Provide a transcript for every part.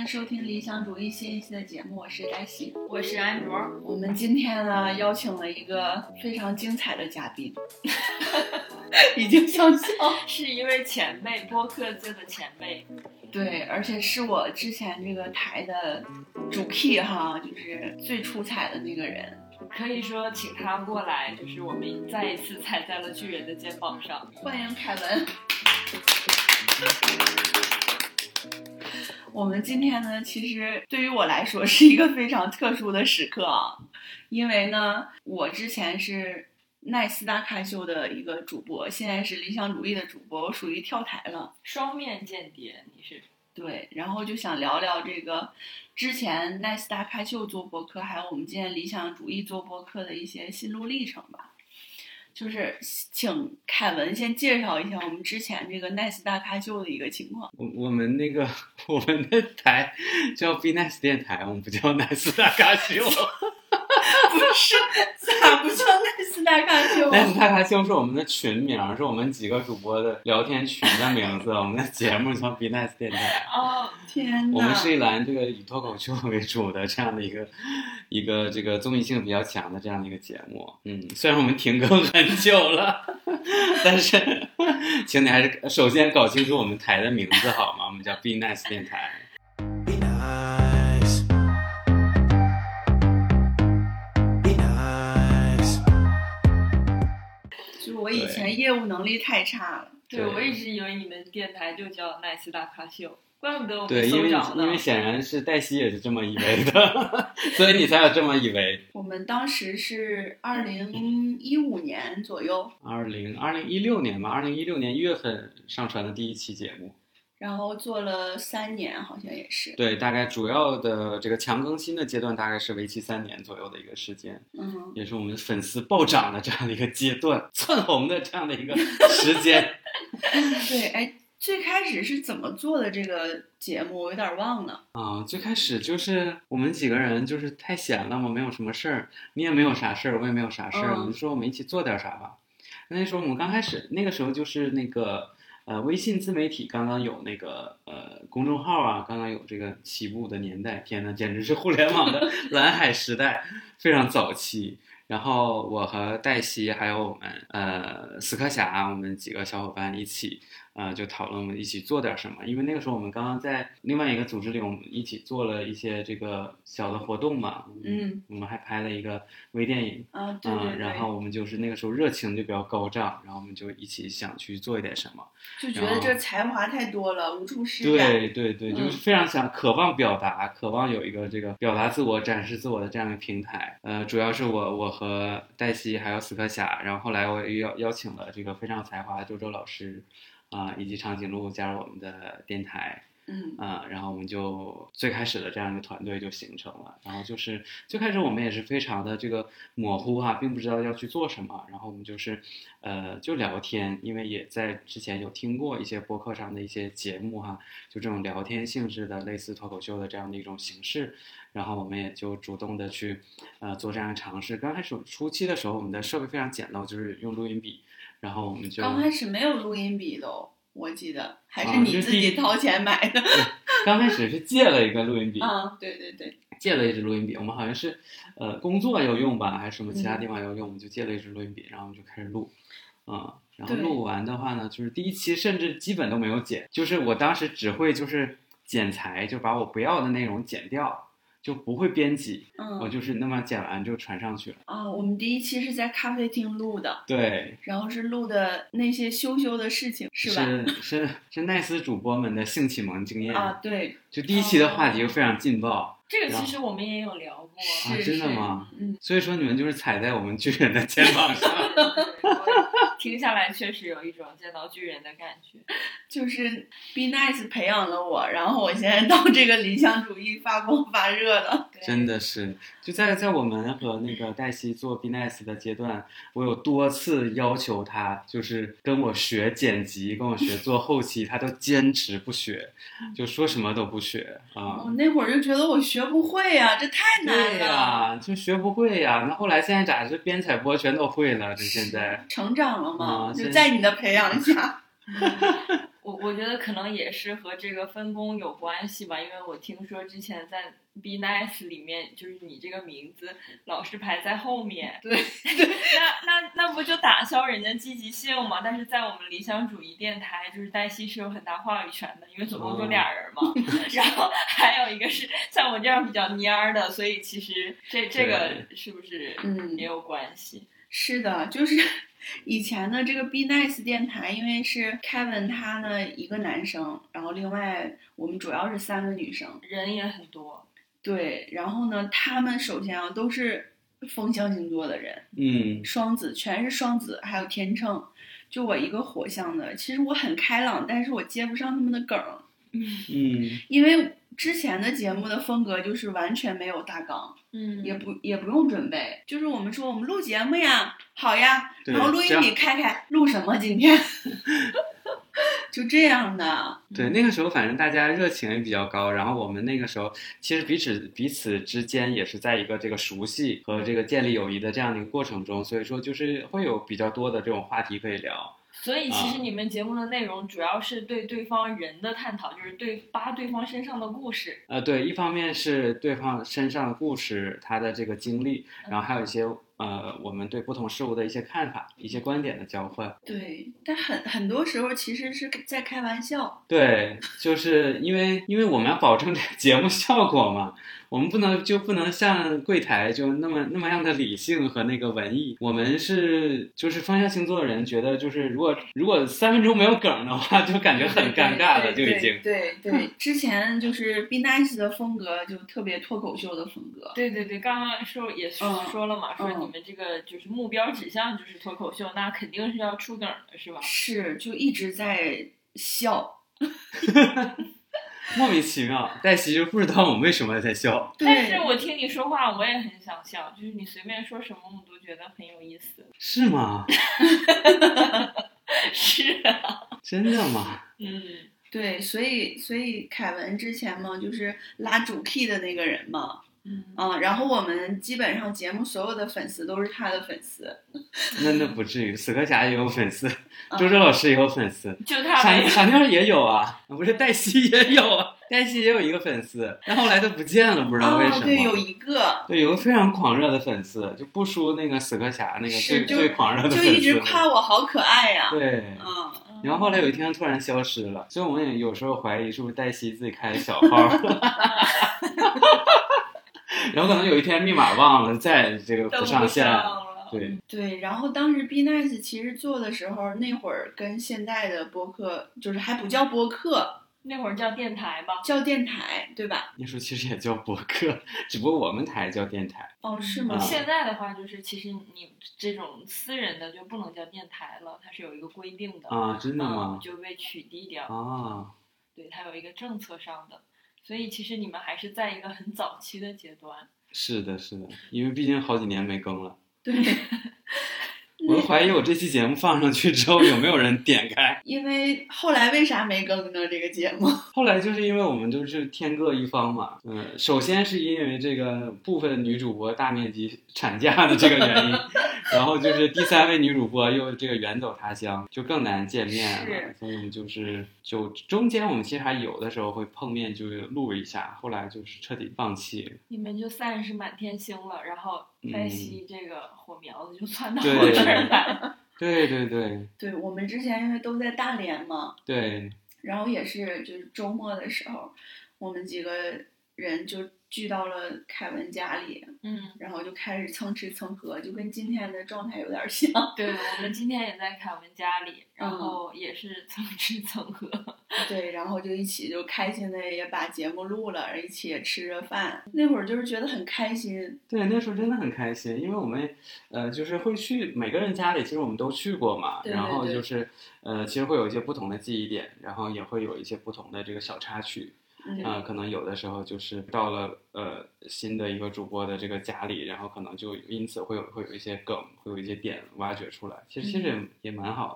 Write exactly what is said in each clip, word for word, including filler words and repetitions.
迎收听理想主义新一期的节目，我是黛西， 我是安卓。 我们今天呢邀请了一个非常精彩的嘉宾，已经想笑， 是一位前辈，播客界的前辈。 对，而且是我之前这个台的主 key 哈，就是最出彩的那个人。 可以说请他过来，就是我们再一次踩在了巨人的肩膀上。 欢迎凯文。我们今天呢，其实对于我来说是一个非常特殊的时刻啊，因为呢，我之前是奈斯达卡秀的一个主播，现在是理想主义的主播，我属于跳台了。 双面间谍，你是？ 对，然后就想聊聊这个之前奈斯达卡秀做播客，还有我们今天理想主义做播客的一些心路历程吧。就是请凯文先介绍一下我们之前这个奈斯达卡秀的一个情况。 我我们那个我们的台叫 Be Nice 电台，我们不叫奈斯达卡秀。 不是，咋不叫奈斯达卡秀？ 奈斯达卡秀是我们的群名，是我们几个主播的聊天群的名字。我们的节目叫 Be Nice 电台。 哦，天哪！ 我们是一栏这个以脱口秀为主的这样的一个一个这个综艺性比较强的这样的一个节目。嗯，虽然我们停更很久了，但是请你还是首先搞清楚我们台的名字好吗？我们叫 Be Nice 电台。 就是我以前业务能力太差了。 对，对我一直以为你们电台就叫奈斯达卡秀，怪不得我们搜着呢。 因为显然是黛西也是这么以为的，所以你才有这么以为。 我们当时是二零一五年左右， 二零二零一六年吧，二零一六年一月份上传的第一期节目。 然后做了三年，好像也是。 对，大概主要的这个强更新的阶段大概是为期三年左右的一个时间， 嗯， 也是我们粉丝暴涨的这样的一个阶段，窜红的这样的一个时间。 对，哎，最开始是怎么做的这个节目？我有点忘了。 啊、呃，最开始就是我们几个人就是太闲了嘛，没有什么事儿，你也没有啥事儿，我也没有啥事儿，嗯、我们就说我们一起做点啥吧。那时候我们刚开始，那个时候就是那个。呃，微信自媒体刚刚有那个呃公众号啊，刚刚有这个起步的年代，天呐，简直是互联网的蓝海时代，非常早期。然后我和黛西还有我们呃死磕侠，我们几个小伙伴一起呃就讨论我们一起做点什么，因为那个时候我们刚刚在另外一个组织里，我们一起做了一些这个小的活动嘛， 嗯， 我们还拍了一个微电影啊，对对对、 嗯，然后我们就是那个时候热情就比较高涨，然后我们就一起想去做一点什么， 就觉得这才华太多了，无处施展。 对对对，就是非常想、嗯、渴望表达，渴望有一个这个表达自我、展示自我的这样一个平台。呃，主要是我我和黛西还有死磕侠，然后后来我也邀邀请了这个非常有才华的周周老师啊、呃，以及长颈鹿加入我们的电台。 嗯啊、呃，然后我们就最开始的这样一个团队就形成了，然后就是最开始我们也是非常的这个模糊哈、啊，并不知道要去做什么，然后我们就是呃就聊天，因为也在之前有听过一些播客上的一些节目哈、啊，就这种聊天性质的类似脱口秀的这样的一种形式，然后我们也就主动的去呃做这样的尝试。刚开始初期的时候，我们的设备非常简陋，就是用录音笔，然后我们就刚开始没有录音笔都。我记得还是你自己掏钱买的、 啊、刚开始是借了一个录音笔啊，对对对， 借了一支录音笔，我们好像是呃工作要用吧，还是什么其他地方要用、嗯、我们就借了一支录音笔，然后我们就开始录啊、嗯，然后录完的话呢，就是第一期甚至基本都没有剪，就是我当时只会就是剪裁，就把我不要的内容剪掉，就不会编辑， 嗯， 我就是那么剪完就传上去了。 啊、哦，我们第一期是在咖啡厅录的， 对， 然后是录的那些羞羞的事情，是吧？ 是是是奈斯主播们的性启蒙经验啊，对， 就第一期的话题就非常劲爆。 哦、这个其实我们也有聊过， 啊，真的吗？ 嗯， 所以说你们就是踩在我们巨人的肩膀上。 听下来确实有一种见到巨人的感觉， 就是 Be Nice 培养了我，然后我现在到这个理想主义发光发热了。 真的是，就在在我们和那个黛西做 Be Nice 的阶段，我有多次要求他，就是跟我学剪辑，跟我学做后期，他都坚持不学，就说什么都不学啊。 我那会儿就觉得我学不会呀、啊，这太难了。 对呀、啊，就学不会呀、啊。那后来现在咋是编采播全都会了？这现在成长了嘛、 啊， 就在你的培养下。 我我觉得可能也是和这个分工有关系吧，因为我听说之前在 Be Nice 里面，就是你这个名字老是排在后面， 对， 那那那不就打消人家积极性吗？但是在我们理想主义电台，就是黛西是有很大话语权的，因为总共就俩人嘛，哦、然后还有一个是像我这样比较蔫儿的，所以其实这这个是不是嗯也有关系？ 嗯、是的，就是。以前的这个 Be Nice 电台，因为是 Kevin 他呢一个男生，然后另外我们主要是三个女生， 人也很多。 对，然后呢，他们首先啊都是风象星座的人， 嗯， 双子全是双子，还有天秤，就我一个火象的。其实我很开朗，但是我接不上他们的梗。 嗯， 因为之前的节目的风格就是完全没有大纲。 嗯， 也不也不用准备，就是我们说我们录节目呀，好呀，然后录音笔开开，录什么今天，就这样的。 对，那个时候反正大家热情也比较高，然后我们那个时候其实彼此彼此之间也是在一个这个熟悉和这个建立友谊的这样的一个过程中，所以说就是会有比较多的这种话题可以聊。 所以其实你们节目的内容主要是对对方人的探讨，就是对扒对方身上的故事。 呃，对，一方面是对方身上的故事，他的这个经历，然后还有一些呃，我们对不同事物的一些看法、一些观点的交换。 对，但很很多时候其实是在开玩笑。 对，就是因为因为我们要保证这个节目效果嘛，我们不能就不能像柜台就那么那么样的理性和那个文艺。我们是就是风象星座的人，觉得就是如果如果三分钟没有梗的话，就感觉很尴尬的，就已经。 对 对, 对, 对，之前就是 Be Nice 的风格就特别脱口秀的风格。 对对对，刚刚说也说了嘛，嗯、说你们这个就是目标指向就是脱口秀，那肯定是要出梗的，是吧？ 是，就一直在笑。 莫名其妙，黛西就不知道我们为什么在笑。 但是我听你说话，我也很想笑，就是你随便说什么，我都觉得很有意思。 是吗？ 是啊。 真的吗？ 嗯， 对，所以所以凯文之前嘛，就是拉主 key 的那个人嘛。 嗯, 嗯，然后我们基本上节目所有的粉丝都是他的粉丝。 那那不至于，死磕侠也有粉丝，周周老师也有粉丝， 就他傻傻妞也有啊，不是黛西也有啊，黛西也有一个粉丝，但后来他不见了，不知道为什么。 哦、对，有一个， 对，有个非常狂热的粉丝，就不输那个死磕侠那个最最狂热的粉丝， 就一直夸我好可爱呀、啊。 对， 嗯。 然后后来有一天突然消失了，所以我们也有时候怀疑是不是黛西自己开的小号。然后可能有一天密码忘了，再这个不上线了。 对对，然后当时 Be Nice 其实做的时候，那会儿跟现在的播客就是还不叫播客， 那会儿叫电台吧， 叫电台，对吧？ 那时候其实也叫播客，只不过我们台叫电台。 哦，是吗？ 现在的话，就是其实你这种私人的就不能叫电台了，它是有一个规定的啊，真的吗？ 嗯、就被取缔掉啊。 对，它有一个政策上的。所以其实你们还是在一个很早期的阶段。 是的，是的，因为毕竟好几年没更了。 对。 我都怀疑我这期节目放上去之后有没有人点开。 因为后来为啥没更呢？这个节目后来就是因为我们都是天各一方嘛。嗯，首先是因为这个部分女主播大面积产假的这个原因，然后就是第三位女主播又这个远走他乡，就更难见面了。所以我们就是就中间我们其实还有的时候会碰面，就录一下，后来就是彻底放弃。 你们就散是满天星了，然后黛西这个火苗子就窜到对我这儿来。 对对对对，我们之前因为都在大连嘛， 对， 然后也是就是周末的时候，我们几个人就聚到了凯文家里， 嗯， 然后就开始蹭吃蹭喝，就跟今天的状态有点像。 对，我们今天也在凯文家里，然后也是蹭吃蹭喝。 对，然后就一起就开心的也把节目录了，一起也吃着饭。那会儿就是觉得很开心。 对，那时候真的很开心，因为我们呃就是会去每个人家里，其实我们都去过嘛， 对对对， 然后就是呃其实会有一些不同的记忆点，然后也会有一些不同的这个小插曲。 嗯、 呃，可能有的时候就是到了呃新的一个主播的这个家里，然后可能就因此会有会有一些梗，会有一些点挖掘出来，其实其实也、嗯、也蛮好的。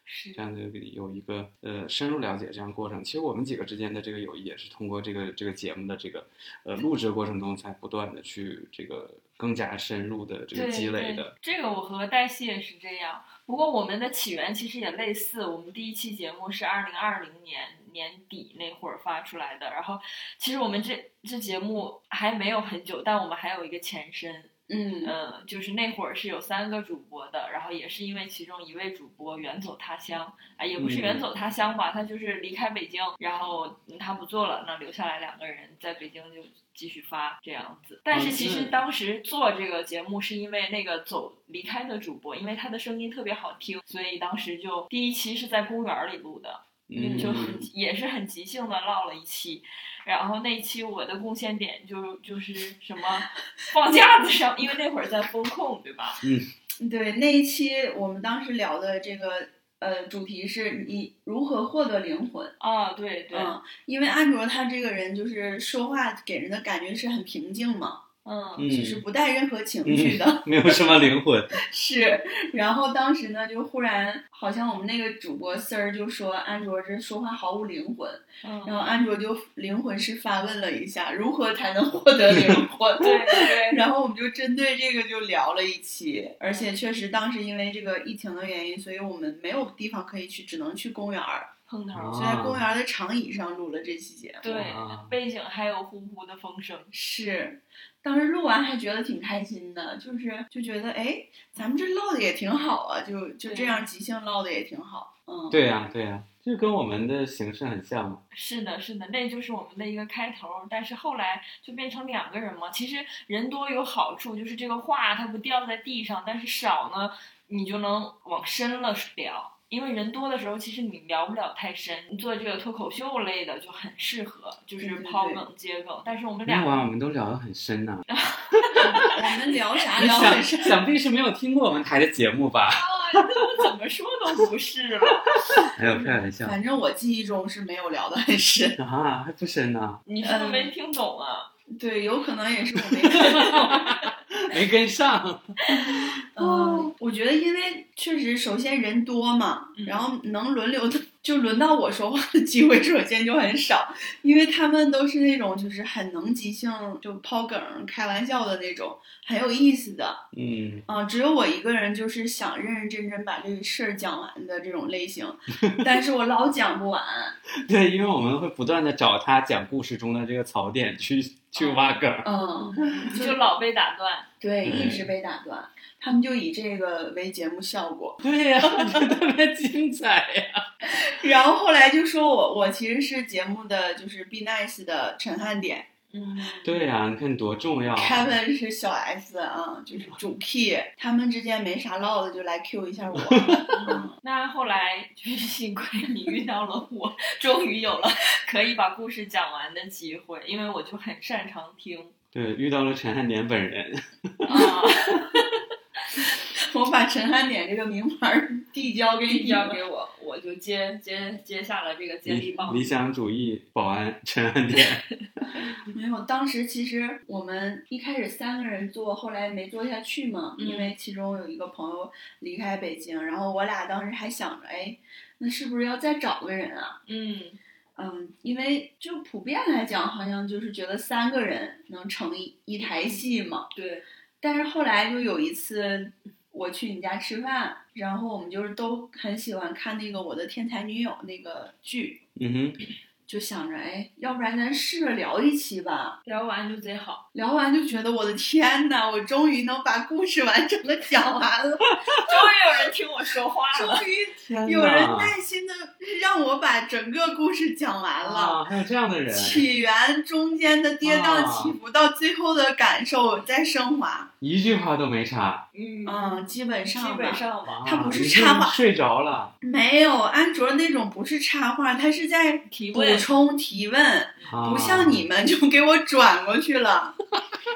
是这样的有一个呃深入了解这样过程。其实我们几个之间的这个友谊也是通过这个这个节目的这个呃录制过程中才不断的去这个更加深入的这个积累的。 对对这个我和黛西也是这样。不过我们的起源其实也类似，我们第一期节目是二零二零年年底那会儿发出来的，然后其实我们这这节目还没有很久，但我们还有一个前身。 嗯呃，就是那会儿是有三个主播的，然后也是因为其中一位主播远走他乡啊，也不是远走他乡吧，他就是离开北京，然后他不做了，那留下来两个人在北京就继续发这样子。但是其实当时做这个节目是因为那个走离开的主播，因为他的声音特别好听，所以当时就第一期是在公园里录的。嗯，就很也是很即兴的唠了一期，然后那一期我的贡献点就就是什么放架子上，因为那会儿在风控，对吧？ 嗯， 对，那一期我们当时聊的这个呃主题是你如何获得灵魂啊，对对， 嗯，因为安卓他这个人就是说话给人的感觉是很平静嘛。 嗯， 就是不带任何情绪的， 嗯、没有什么灵魂。 是，然后当时呢，就忽然好像我们那个主播丝儿就说安卓这说话毫无灵魂， 嗯、 然后安卓就灵魂是发问了一下，如何才能获得灵魂？ 对对。 然后我们就针对这个就聊了一期，而且确实当时因为这个疫情的原因，所以我们没有地方可以去，只能去公园儿。 碰头， 就在公园的长椅上录了这期节目， 对，背景还有呼呼的风声。 是，当时录完还觉得挺开心的，就是就觉得哎，咱们这唠的也挺好啊，就就这样即兴唠的也挺好。嗯， 对呀、啊、对呀、啊，就跟我们的形式很像嘛。 是的，是的，那就是我们的一个开头，但是后来就变成两个人嘛。其实人多有好处，就是这个话它不掉在地上，但是少呢，你就能往深了聊。因为人多的时候，其实你聊不了太深。你做这个脱口秀类的就很适合，就是抛梗接梗。但是我们俩， 没有啊，我们都聊得很深呐、 啊。我们聊啥聊很深？ 想必是没有听过我们台的节目吧？ 啊，怎么说都不是了。 还有开玩笑。 反正我记忆中是没有聊得很深啊，还不深呢。 你是不是没听懂啊？ 嗯、对，有可能也是我没听懂。 没跟上， 嗯，我觉得因为确实，首先人多嘛， 嗯、 然后能轮流的，就轮到我说话的机会，首先就很少，因为他们都是那种就是很能即兴，就抛梗、开玩笑的那种，很有意思的。 嗯， 啊、呃，只有我一个人就是想认认真真把这个事儿讲完的这种类型，但是我老讲不完。 对，因为我们会不断的找他讲故事中的这个槽点去去挖梗， 嗯， 就老被打断。 对，一直被打断，他们就以这个为节目效果。 对呀、啊，就特别精彩呀。 然后后来就说我我其实是节目的就是 Be Nice 的陈汉典。 嗯， 对呀、啊，你看多重要、啊。 Kevin 是小 S 啊，就是主 key，他们之间没啥唠的，就来 Q 一下我。 嗯、那后来就是幸亏你遇到了我，终于有了可以把故事讲完的机会，因为我就很擅长听。 对，遇到了陈汉典本人。 啊， 我把陈汉典这个名牌递交给你， 递交给我，我就接接接下了这个接力棒。 理想主义保安陈汉典。 没有，当时其实我们一开始三个人做，后来没做下去嘛， 嗯、 因为其中有一个朋友离开北京，然后我俩当时还想着，哎，那是不是要再找个人啊？ 嗯。 嗯，因为就普遍来讲，好像就是觉得三个人能成一一台戏嘛。 对。 但是后来就有一次，我去你家吃饭，然后我们就是都很喜欢看那个《我的天才女友》那个剧。 嗯哼。 就想着，哎，要不然咱试着聊一期吧。 聊完就贼好。 聊完就觉得我的天哪，我终于能把故事完整的讲完了。终于有人听我说话了。 终于有人耐心的让我把整个故事讲完了。 啊，还有这样的人。 起源、中间的跌宕起伏，啊、到最后的感受再升华。 一句话都没插。 嗯嗯，基本上吧。 基本上吧。 它不是插话。 睡着了。 没有，安卓那种不是插话，它是在提问。 补充提问， 啊、 不像你们就给我转过去了。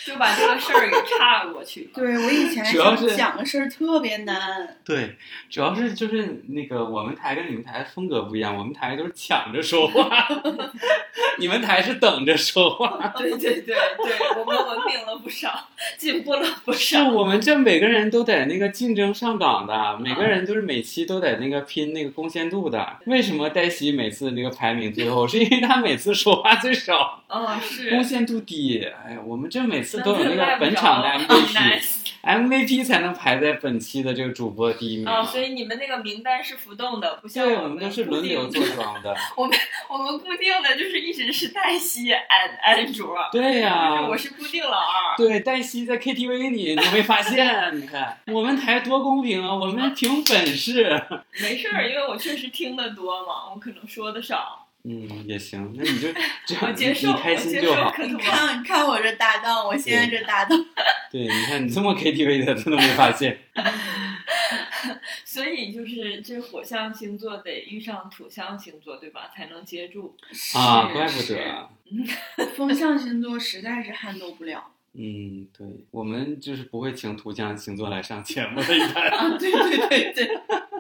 就把这个事儿给岔过去了。 对，我以前主要是讲个事儿特别难。 对，主要是就是那个我们台跟你们台风格不一样，我们台都是抢着说话，你们台是等着说话。 对对对对，我们文明了不少，进步了不是少。 我们这每个人都得那个竞争上岗的，每个人就是每期都得那个拼那个贡献度的。为什么黛西每次那个排名最后，是因为他每次说话最少， 哦，是贡献度低。哎呀，我们这每次都有那个本那场的 M V P。 nice M V P 才能排在本期的这个主播第一名。 哦，所以你们那个名单是浮动的，不像对， 我我们都是轮流坐庄的。 我们我们固定的就是一直是黛西、安安卓。 对呀、 啊，我是固定老二。 对，黛西在 K T V 里，你没发现？你看我们台多公平啊，我们凭本事。 没事儿，因为我确实听得多嘛，我可能说的少。 嗯，也行，那你就这样， 我接受， 你开心就好。 你看，看我这搭档，我现在这搭档。 对，你看你这么 K T V 的，他都没发现。 所以就是这火象星座得遇上土象星座，对吧？才能接住。 啊，怪不得。 风象星座实在是撼动不了。 嗯，对，我们就是不会请土象星座来上节目的，一般。 啊，对对对对。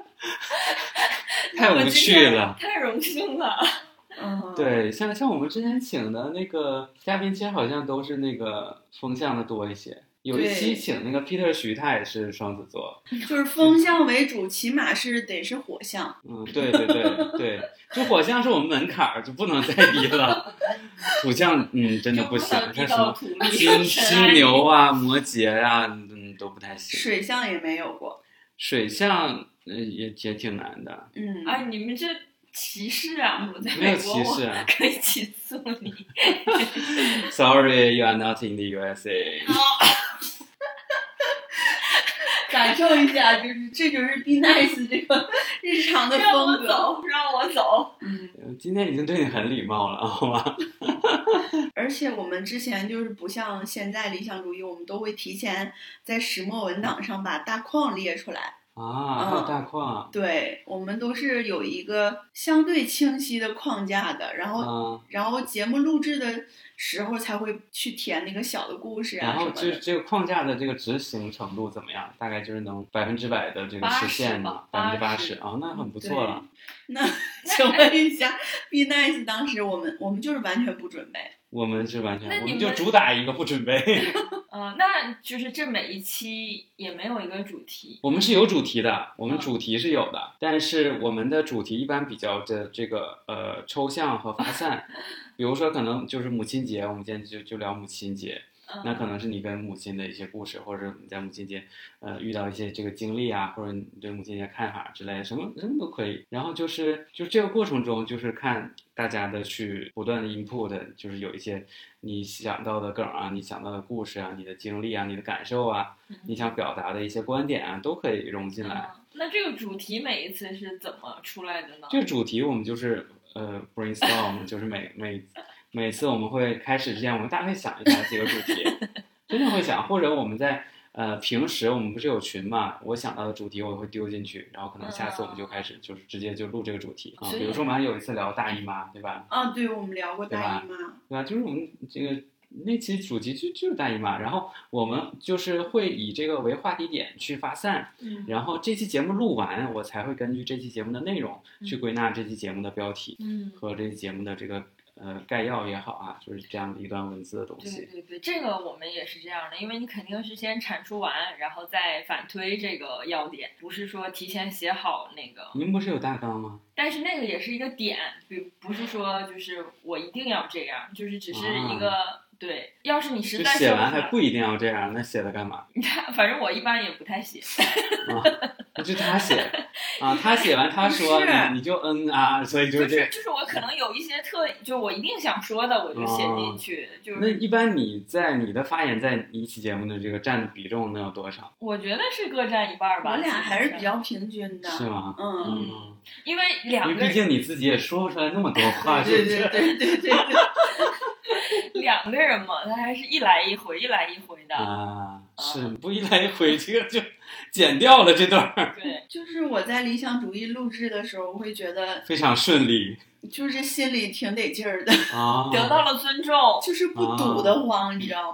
太无趣了， 太荣幸了。 嗯， 对，像像我们之前请的那个嘉宾，其实好像都是那个风象的多一些。有一期请那个 Peter 徐，他也是双子座， 就是风象为主，起码是得是火象。 嗯，对对对对，就火象是我们门槛儿，就不能再低了。土象，嗯，真的不行，像什么金金牛啊、摩羯啊，嗯，都不太行。 水象也没有过。 水象，呃，也也挺难的。 嗯，啊，你们这。歧视啊！我在没有美国， 歧视啊， 可以起诉你。 Sorry, you are not in the U S A 。 感受一下，就是这就是 Be Nice 这个日常的风格。 让我走，让我走。 嗯，今天已经对你很礼貌了，好吗？ 而且我们之前就是不像现在理想主义，我们都会提前在石墨文档上把大框列出来。 啊，还有大框、 嗯，对，我们都是有一个相对清晰的框架的，然后， 嗯、 然后节目录制的时候才会去填那个小的故事啊然后就这个框架的这个执行程度怎么样？大概就是能百分之百的这个实现吗？百分之八十啊，那很不错了。 那请问一下 ，Be Nice 当时我们我们就是完全不准备。 我们是完全， 我们就主打一个不准备。 嗯、呃，那就是这每一期也没有一个主题。 我们是有主题的，我们主题是有的，嗯、但是我们的主题一般比较的这个呃抽象和发散。比如说，可能就是母亲节，我们今天就就聊母亲节。那可能是你跟母亲的一些故事，或者你在母亲节，呃，遇到一些这个经历啊，或者你对母亲节看法之类的，什么什么都可以。然后就是，就这个过程中，就是看大家的去不断的 input，就是有一些你想到的梗啊，你想到的故事啊，你的经历啊，你的感受啊，你想表达的一些观点啊，都可以融进来。 嗯、那这个主题每一次是怎么出来的呢？ 这个主题我们就是呃 brainstorm， 就是每每。每次我们会开始之前，我们大概想一下几个主题，真的会想，或者我们在呃平时我们不是有群嘛，我想到的主题我会丢进去，然后可能下次我们就开始就是直接就录这个主题啊。比如说我们还有一次聊大姨妈，对吧？ 啊，对，我们聊过大姨妈， 对吧？就是我们这个那期主题就就是大姨妈，然后我们就是会以这个为话题点去发散， 嗯， 然后这期节目录完，我才会根据这期节目的内容去归纳这期节目的标题， 嗯， 和这期节目的这个。呃，概要也好啊，就是这样的一段文字的东西。 对对对，这个我们也是这样的，因为你肯定是先阐述完，然后再反推这个要点，不是说提前写好那个。 您不是有大纲吗？ 但是那个也是一个点，比不是说就是我一定要这样，就是只是一个、啊、对。要是你实在写完还不一定要这样，那写了干嘛？ 你看，反正我一般也不太写。 啊，那就他写啊，他写完他说你你就嗯啊，所以就是这个。就是我可能有一些特，就我一定想说的，我就写进去。 哦、 就是那一般你在你的发言在一期节目的这个占的比重能有多少？ 我觉得是各占一半吧。 我俩还是比较平均的。 是吗？ 嗯嗯，因为两个人， 因为毕竟你自己也说不出来那么多话， 对对对对对对。 两个人嘛，他还是一来一回，一来一回的啊，是不一来一回，这个就剪掉了这段。 对， 就是我在理想主义录制的时候，我会觉得非常顺利， 就是心里挺得劲儿的啊， 得到了尊重， 就是不堵得慌，啊、你知道吗？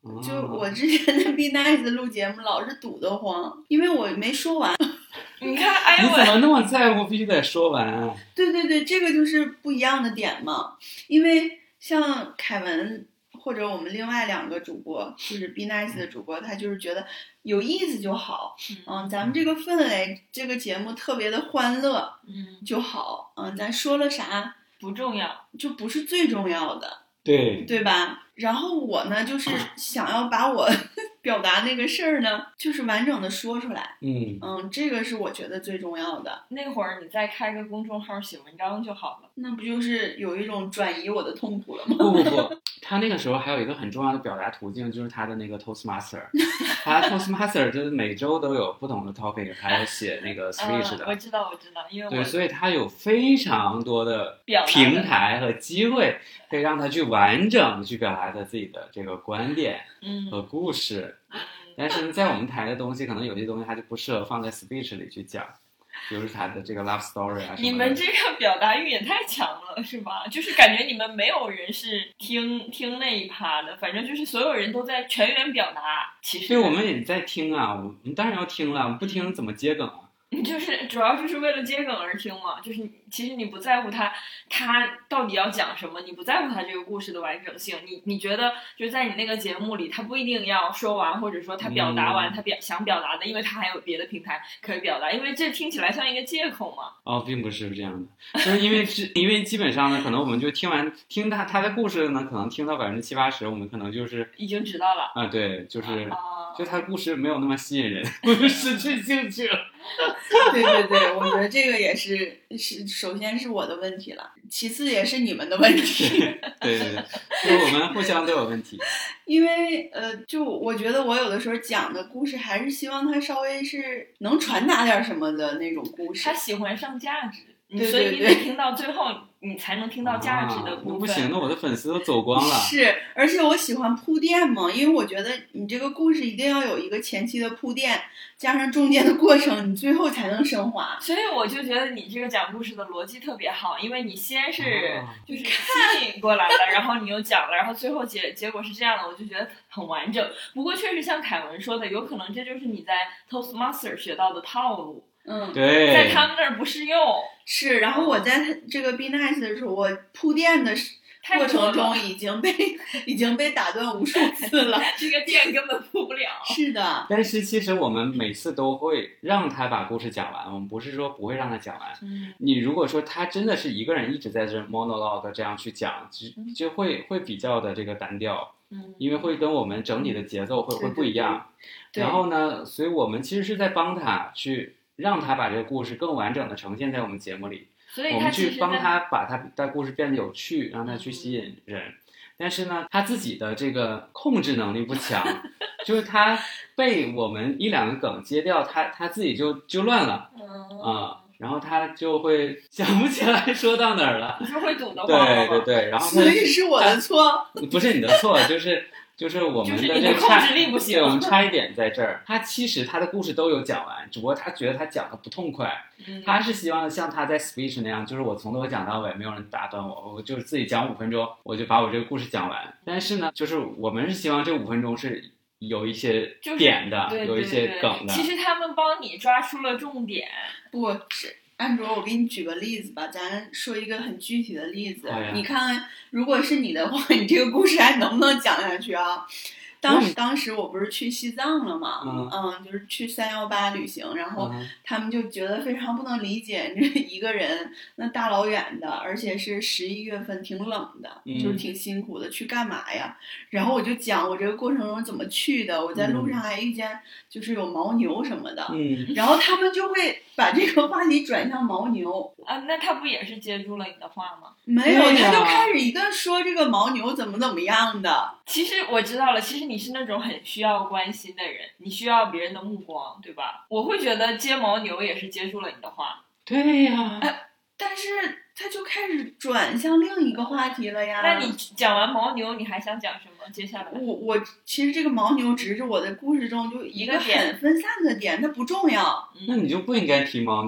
就我之前在 Be Nice 录节目老是堵得慌，因为我没说完。 你看，哎呦， 你怎么那么在乎，必须得说完啊？ 对对对，这个就是不一样的点嘛。因为像凯文或者我们另外两个主播，就是 Be Nice 的主播，他就是觉得有意思就好。嗯，咱们这个氛围，这个节目特别的欢乐， 嗯， 就好。嗯，咱说了啥不重要， 就不是最重要的。 对对吧？然后我呢，就是想要把我表达那个事儿呢，就是完整的说出来。 嗯嗯，这个是我觉得最重要的。 那会儿你再开个公众号写文章就好了。 那不就是有一种转移我的痛苦了吗？ 不不不，他那个时候还有一个很重要的表达途径，就是他的那个 Toastmaster， 他 Toastmaster 就是每周都有不同的 topic， 还有写那个 speech 的。 嗯、我知道，我知道，因为我对，所以他有非常多的平台和机会，可以让他去完整的去表达他自己的这个观点和故事。 嗯、 但是在我们台的东西，可能有些东西它就不适合放在 speech 里去讲。比如他的这个 love story 啊什么的， 你们这个表达欲也太强了，是吧？就是感觉你们没有人是听听那一趴的，反正就是所有人都在全员表达。其实， 对，我们也在听啊，我们当然要听了，不听怎么接梗啊？ 就是主要就是为了接梗而听嘛，就是其实你不在乎他他到底要讲什么，你不在乎他这个故事的完整性，你你觉得就在你那个节目里，他不一定要说完，或者说他表达完他表、嗯、想表达的，因为他还有别的平台可以表达，因为这听起来像一个借口嘛。 哦，并不是这样的，就是因为是因为基本上呢，可能我们就听完听他他的故事呢，可能听到百分之七八十，我们可能就是已经知道了啊，对，就是、 啊、 就他的故事没有那么吸引人，我就失去兴趣了。 对对对，我觉得这个也是是，首先是我的问题了，其次也是你们的问题。 对对对，就我们互相都有问题。 因为呃，就我觉得我有的时候讲的故事，还是希望它稍微是能传达点什么的那种故事。 他喜欢上价值， 对对对， 所以你得听到最后，你才能听到价值的部分。 啊、那不行，那我的粉丝都走光了。 是，而且我喜欢铺垫嘛，因为我觉得你这个故事一定要有一个前期的铺垫，加上中间的过程，你最后才能升华。 所以我就觉得你这个讲故事的逻辑特别好，因为你先是就是吸引过来了，然后你又讲了，然后最后结结果是这样的，我就觉得很完整。不过确实像凯文说的，有可能这就是你在 Toastmaster 学到的套路。 嗯， 对， 在他们那儿不适用。 是，然后我在这个 Be Nice 的时候，我铺垫的过程中已经被已经被打断无数次了， 这个店根本铺不了。 是的， 但是其实我们每次都会让他把故事讲完，我们不是说不会让他讲完。 嗯， 你如果说他真的是一个人一直在这 monologue 这样去讲，就就会会比较的这个单调。 嗯， 因为会跟我们整体的节奏会会不一样。 对对对， 然后呢，所以我们其实是在帮他去让他把这个故事更完整的呈现在我们节目里。 所以我们去帮他把他的故事变得有趣，让他去吸引人。嗯、但是呢，他自己的这个控制能力不强，就是他被我们一两个梗接掉，他他自己就就乱了。 嗯啊、嗯，然后他就会想不起来说到哪儿了。 你是会堵得慌吗？ 对对对，然后所以是我的错， 不是你的错，就是就是我们的这个控制力不行。 对，我们差一点在这儿。他其实他的故事都有讲完，只不过他觉得他讲的不痛快。 嗯、 他是希望像他在 speech 那样，就是我从头讲到尾，没有人打断我，我就是自己讲五分钟，我就把我这个故事讲完。但是呢，就是我们是希望这五分钟是有一些点的， 就是、 有一些梗的。 其实他们帮你抓出了重点。 不是。安卓，我给你举个例子吧，咱说一个很具体的例子。 哎、 你看，如果是你的话，你这个故事还能不能讲下去啊？当时、嗯、当时我不是去西藏了嘛， 嗯, 嗯，就是去三幺八旅行，然后他们就觉得非常不能理解，你这一个人那大老远的，而且是十一月份，挺冷的， 嗯、 就是挺辛苦的，去干嘛呀？然后我就讲我这个过程中怎么去的，我在路上还遇见就是有牦牛什么的， 嗯， 然后他们就会把这个话题转向牦牛啊，那他不也是接住了你的话吗？ 没有，他就开始一个说这个牦牛怎么怎么样的。 其实我知道了，其实你是那种很需要关心的人，你需要别人的目光，对吧？我会觉得接牦牛也是接住了你的话。 对呀、 呃，但是他就开始转向另一个话题了呀。 那你讲完牦牛，你还想讲什么？接下来， 我我其实这个牦牛只是我的故事中就一个很分散的点，它不重要。 那你就不应该提牦牛啊。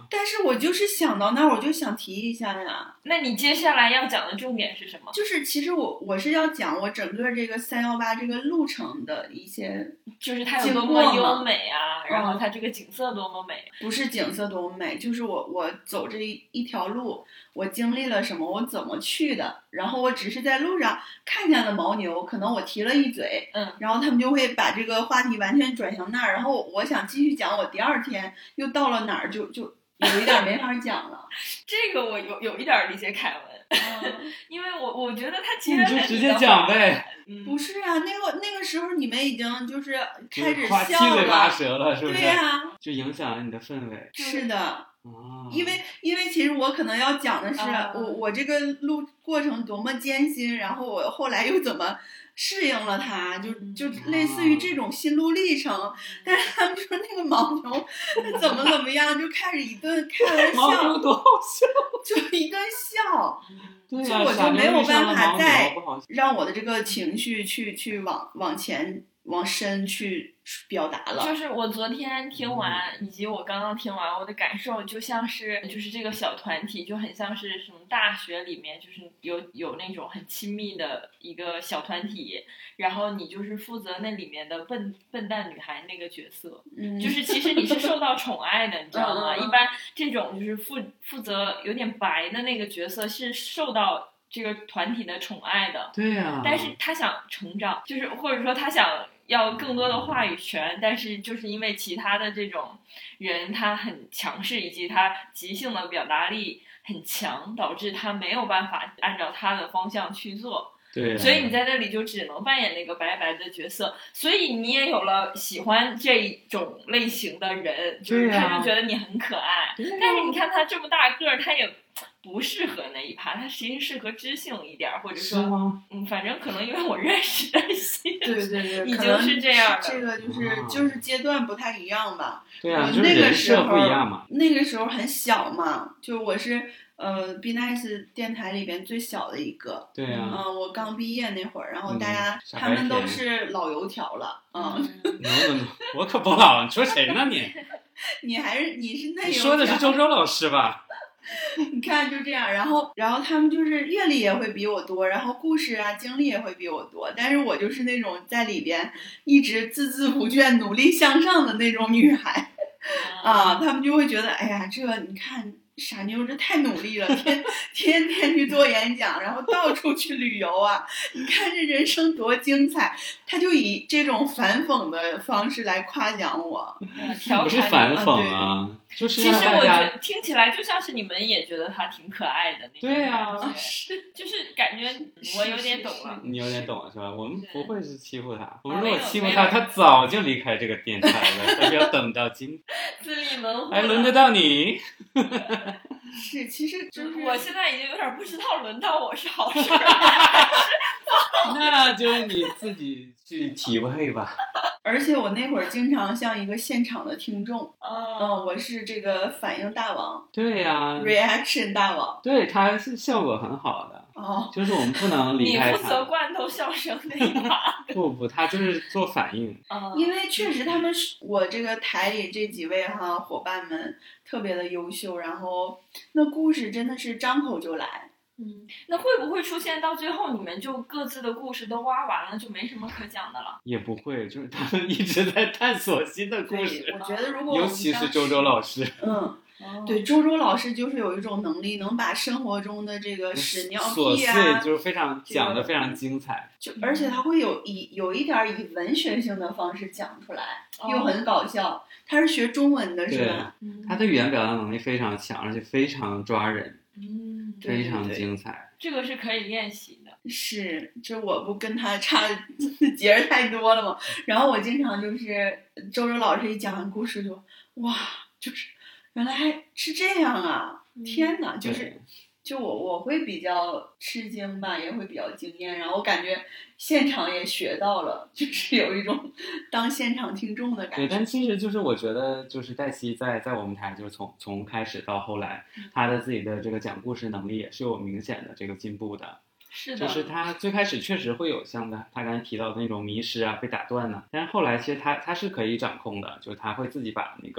但是我就是想到那儿，我就想提一下呀。 那你接下来要讲的重点是什么？ 就是其实我我是要讲我整个这个三幺八这个路程的一些， 就是它有多么优美啊，然后它这个景色多么美。 不是景色多么美，就是我我走这一一条路，我经历了什么，我怎么去的，然后我只是在路上看见了牦牛，可能我提了一嘴， 嗯， 然后他们就会把这个话题完全转向那儿，然后我想继续讲，我第二天又到了哪儿，就就有一点没法讲了。 这个我有有一点理解凯文，嗯、因为我我觉得他接你就直接讲呗。 嗯、不是啊，那个那个时候你们已经就是开始笑了，七嘴八舌了，是不是？ 对呀、啊， 就影响了你的氛围。 是的。 哦、 因为因为其实我可能要讲的是、 啊、 我我这个路过程多么艰辛，然后我后来又怎么适应了它，就就类似于这种心路历程。嗯、但是他们说那个牦牛怎么怎么样，就开始一顿开玩笑， 牦牛多好笑， 就一顿笑。 对就我就没有办法再让我的这个情绪去去往往前往深去表达了。 就是我昨天听完，以及我刚刚听完，我的感受就像是，就是这个小团体就很像是什么大学里面，就是有有那种很亲密的一个小团体，然后你就是负责那里面的笨笨蛋女孩那个角色， 嗯， 就是其实你是受到宠爱的，你知道吗？ 嗯、 一般这种就是负负责有点白的那个角色是受到这个团体的宠爱的， 对呀、啊。 但是他想成长，就是或者说他想要更多的话语权，但是就是因为其他的这种人他很强势，以及他即兴的表达力很强，导致他没有办法按照他的方向去做。 对、啊， 所以你在这里就只能扮演那个白白的角色，所以你也有了喜欢这种类型的人，就是他就觉得你很可爱。 啊、 但是你看他这么大个儿，他也不适合那一趴，他其实适合知性一点，或者说，嗯，反正可能因为我认识的些， 对对对， 已经是这样的。 这个就是、啊、就是阶段不太一样吧？ 对啊， 就是那个时候不一样嘛。 那个时候很小嘛，就我是呃 Be Nice 电台里边最小的一个。 对啊。 嗯、呃，我刚毕业那会儿，然后大家、 嗯、 他们都是老油条了，嗯。 嗯我可不老，你说谁呢你？ 你还是你是那油条？ 你说的是周周老师吧？ 你看就这样，然后然后他们就是阅历也会比我多，然后故事啊经历也会比我多，但是我就是那种在里边一直孜孜不倦努力向上的那种女孩啊，他们就会觉得哎呀，这你看傻妞这太努力了，天天天去做演讲，然后到处去旅游啊，你看这人生多精彩，他就以这种反讽的方式来夸奖我， 调不是反讽啊。就是其实我觉得听起来就像是你们也觉得他挺可爱的那种。 对啊， 就是感觉我有点懂了。 你有点懂了是吧？我们不会是欺负他，我们如果欺负他，他早就离开这个电台了，他就要等到今自立门户， 还轮得到你。 是，其实就是我现在已经有点不知道轮到我是好事还是不好。 那就是你自己去体会吧。 而且我那会儿经常像一个现场的听众， 哦、 嗯，我是这个反应大王， 对呀、啊、 ，reaction 大王， 对，他是效果很好的， 哦， 就是我们不能离开他。 你负责罐头笑声那一把。 不不，他就是做反应， 哦、 因为确实他们是我这个台里这几位哈伙伴们特别的优秀，然后那故事真的是张口就来。 嗯，那会不会出现到最后你们就各自的故事都挖完了，就没什么可讲的了？ 也不会，就是他们一直在探索新的故事。 我觉得如果尤其是周周老师， 嗯，对，周周老师就是有一种能力，能把生活中的这个屎尿屁啊， 琐碎就是非常讲的非常精彩， 就而且他会有以有一点以文学性的方式讲出来， 哦、 又很搞笑。他是学中文的，是吧？ 他的语言表达能力非常强，而且非常抓人。 嗯， 非常精彩， 这个是可以练习的。 是，这我不跟他差节儿太多了吗？然后我经常就是周周老师一讲完故事就哇，就是原来还是这样啊！ 嗯、 天哪，就是就我我会比较吃惊吧，也会比较惊艳，然后我感觉现场也学到了，就是有一种当现场听众的感觉。 对，但其实就是我觉得，就是黛西在在我们台，就是从从开始到后来，他的自己的这个讲故事能力也是有明显的这个进步的。 是的， 就是他最开始确实会有像他他刚才提到的那种迷失啊，被打断呢、啊，但是后来其实他他是可以掌控的，就是他会自己把那个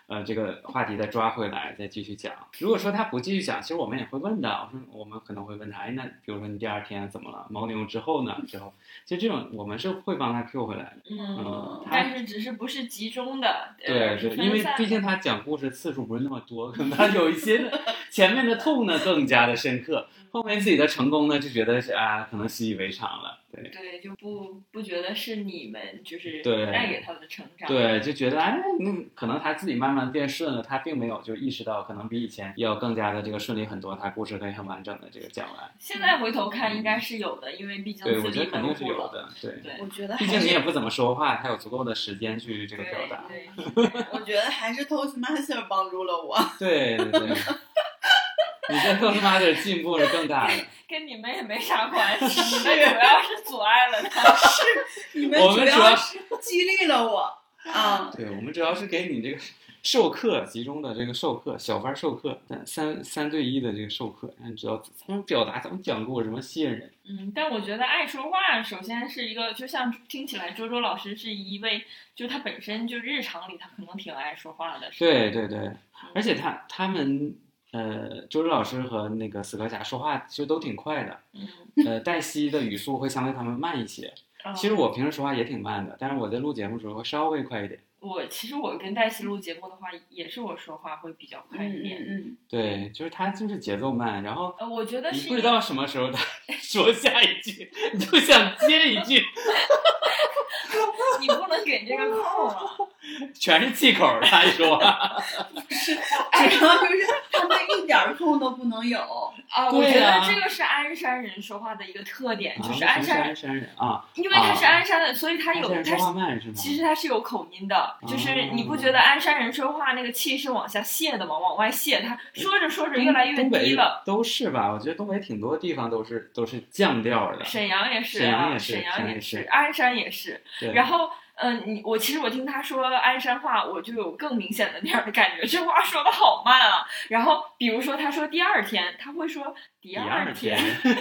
呃这个话题再抓回来再继续讲。如果说他不继续讲，其实我们也会问的，我说我们可能会问他，哎，那比如说你第二天怎么了？牦牛之后呢？之后其实这种我们是会帮他 Q 回来的。 嗯，但是只是不是集中的。 对对，因为毕竟他讲故事次数不是那么多，可能他有一些前面的痛呢更加的深刻，后面自己的成功呢就觉得是啊，可能习以为常了。对对，就不不觉得是你们就是对带给他的成长。 对，就觉得哎，那可能他自己慢慢变顺了，他并没有就意识到可能比以前要更加的这个顺利很多，他故事可以很完整的这个讲完。 现在回头看应该是有的，因为毕竟对，我自己觉得肯定是门户了。 有的。对， 对， 我觉得毕竟你也不怎么说话，他有足够的时间去这个表达。 对对对我觉得还是 Toastmaster 帮助了我。 对对对，你在 Toastmaster 进步是更大的。 跟你们也没啥关系，你们主要是阻碍了他。 是你们主要是激励了我啊。 对，我们主要是给你这个授课集中的这个授课小班授课，三三对一的这个授课，让你知道怎么表达，怎么讲故事，怎么吸引人。 嗯，但我觉得爱说话，首先是一个，就像听起来周周老师是一位，就他本身就日常里他可能挺爱说话的。 对对对，而且他他们。呃，周周老师和那个死磕侠说话其实都挺快的， 嗯， 呃，黛西的语速会相对他们慢一些。 哦、 其实我平时说话也挺慢的，但是我在录节目的时候会稍微快一点。 我其实我跟黛西录节目的话，也是我说话会比较快一点。 嗯嗯， 对，就是他就是节奏慢，然后呃，我觉得是你不知道什么时候他说下一句，你就想接一句。 你不能给这个空啊！ 全是气口，他一说话。 不是，主要就是他们一点空都不能有啊！我觉得这个是鞍山人说话的一个特点， 啊、 就是鞍山鞍山人啊， 因为他是鞍山的，所以他有他他说话慢是吗？ 其实他是有口音的，就是你不觉得鞍山人说话那个气是往下泄的吗？往外泄，他说着说着越来越低了。 都是吧？我觉得东北挺多地方都是都是降调的。 沈阳也是， 沈阳也是， 沈阳也是，鞍山也是。然后。嗯、呃，你我其实我听他说鞍山话，我就有更明显的那样的感觉，这话说的好慢啊。然后比如说他说第二天，他会说第二天。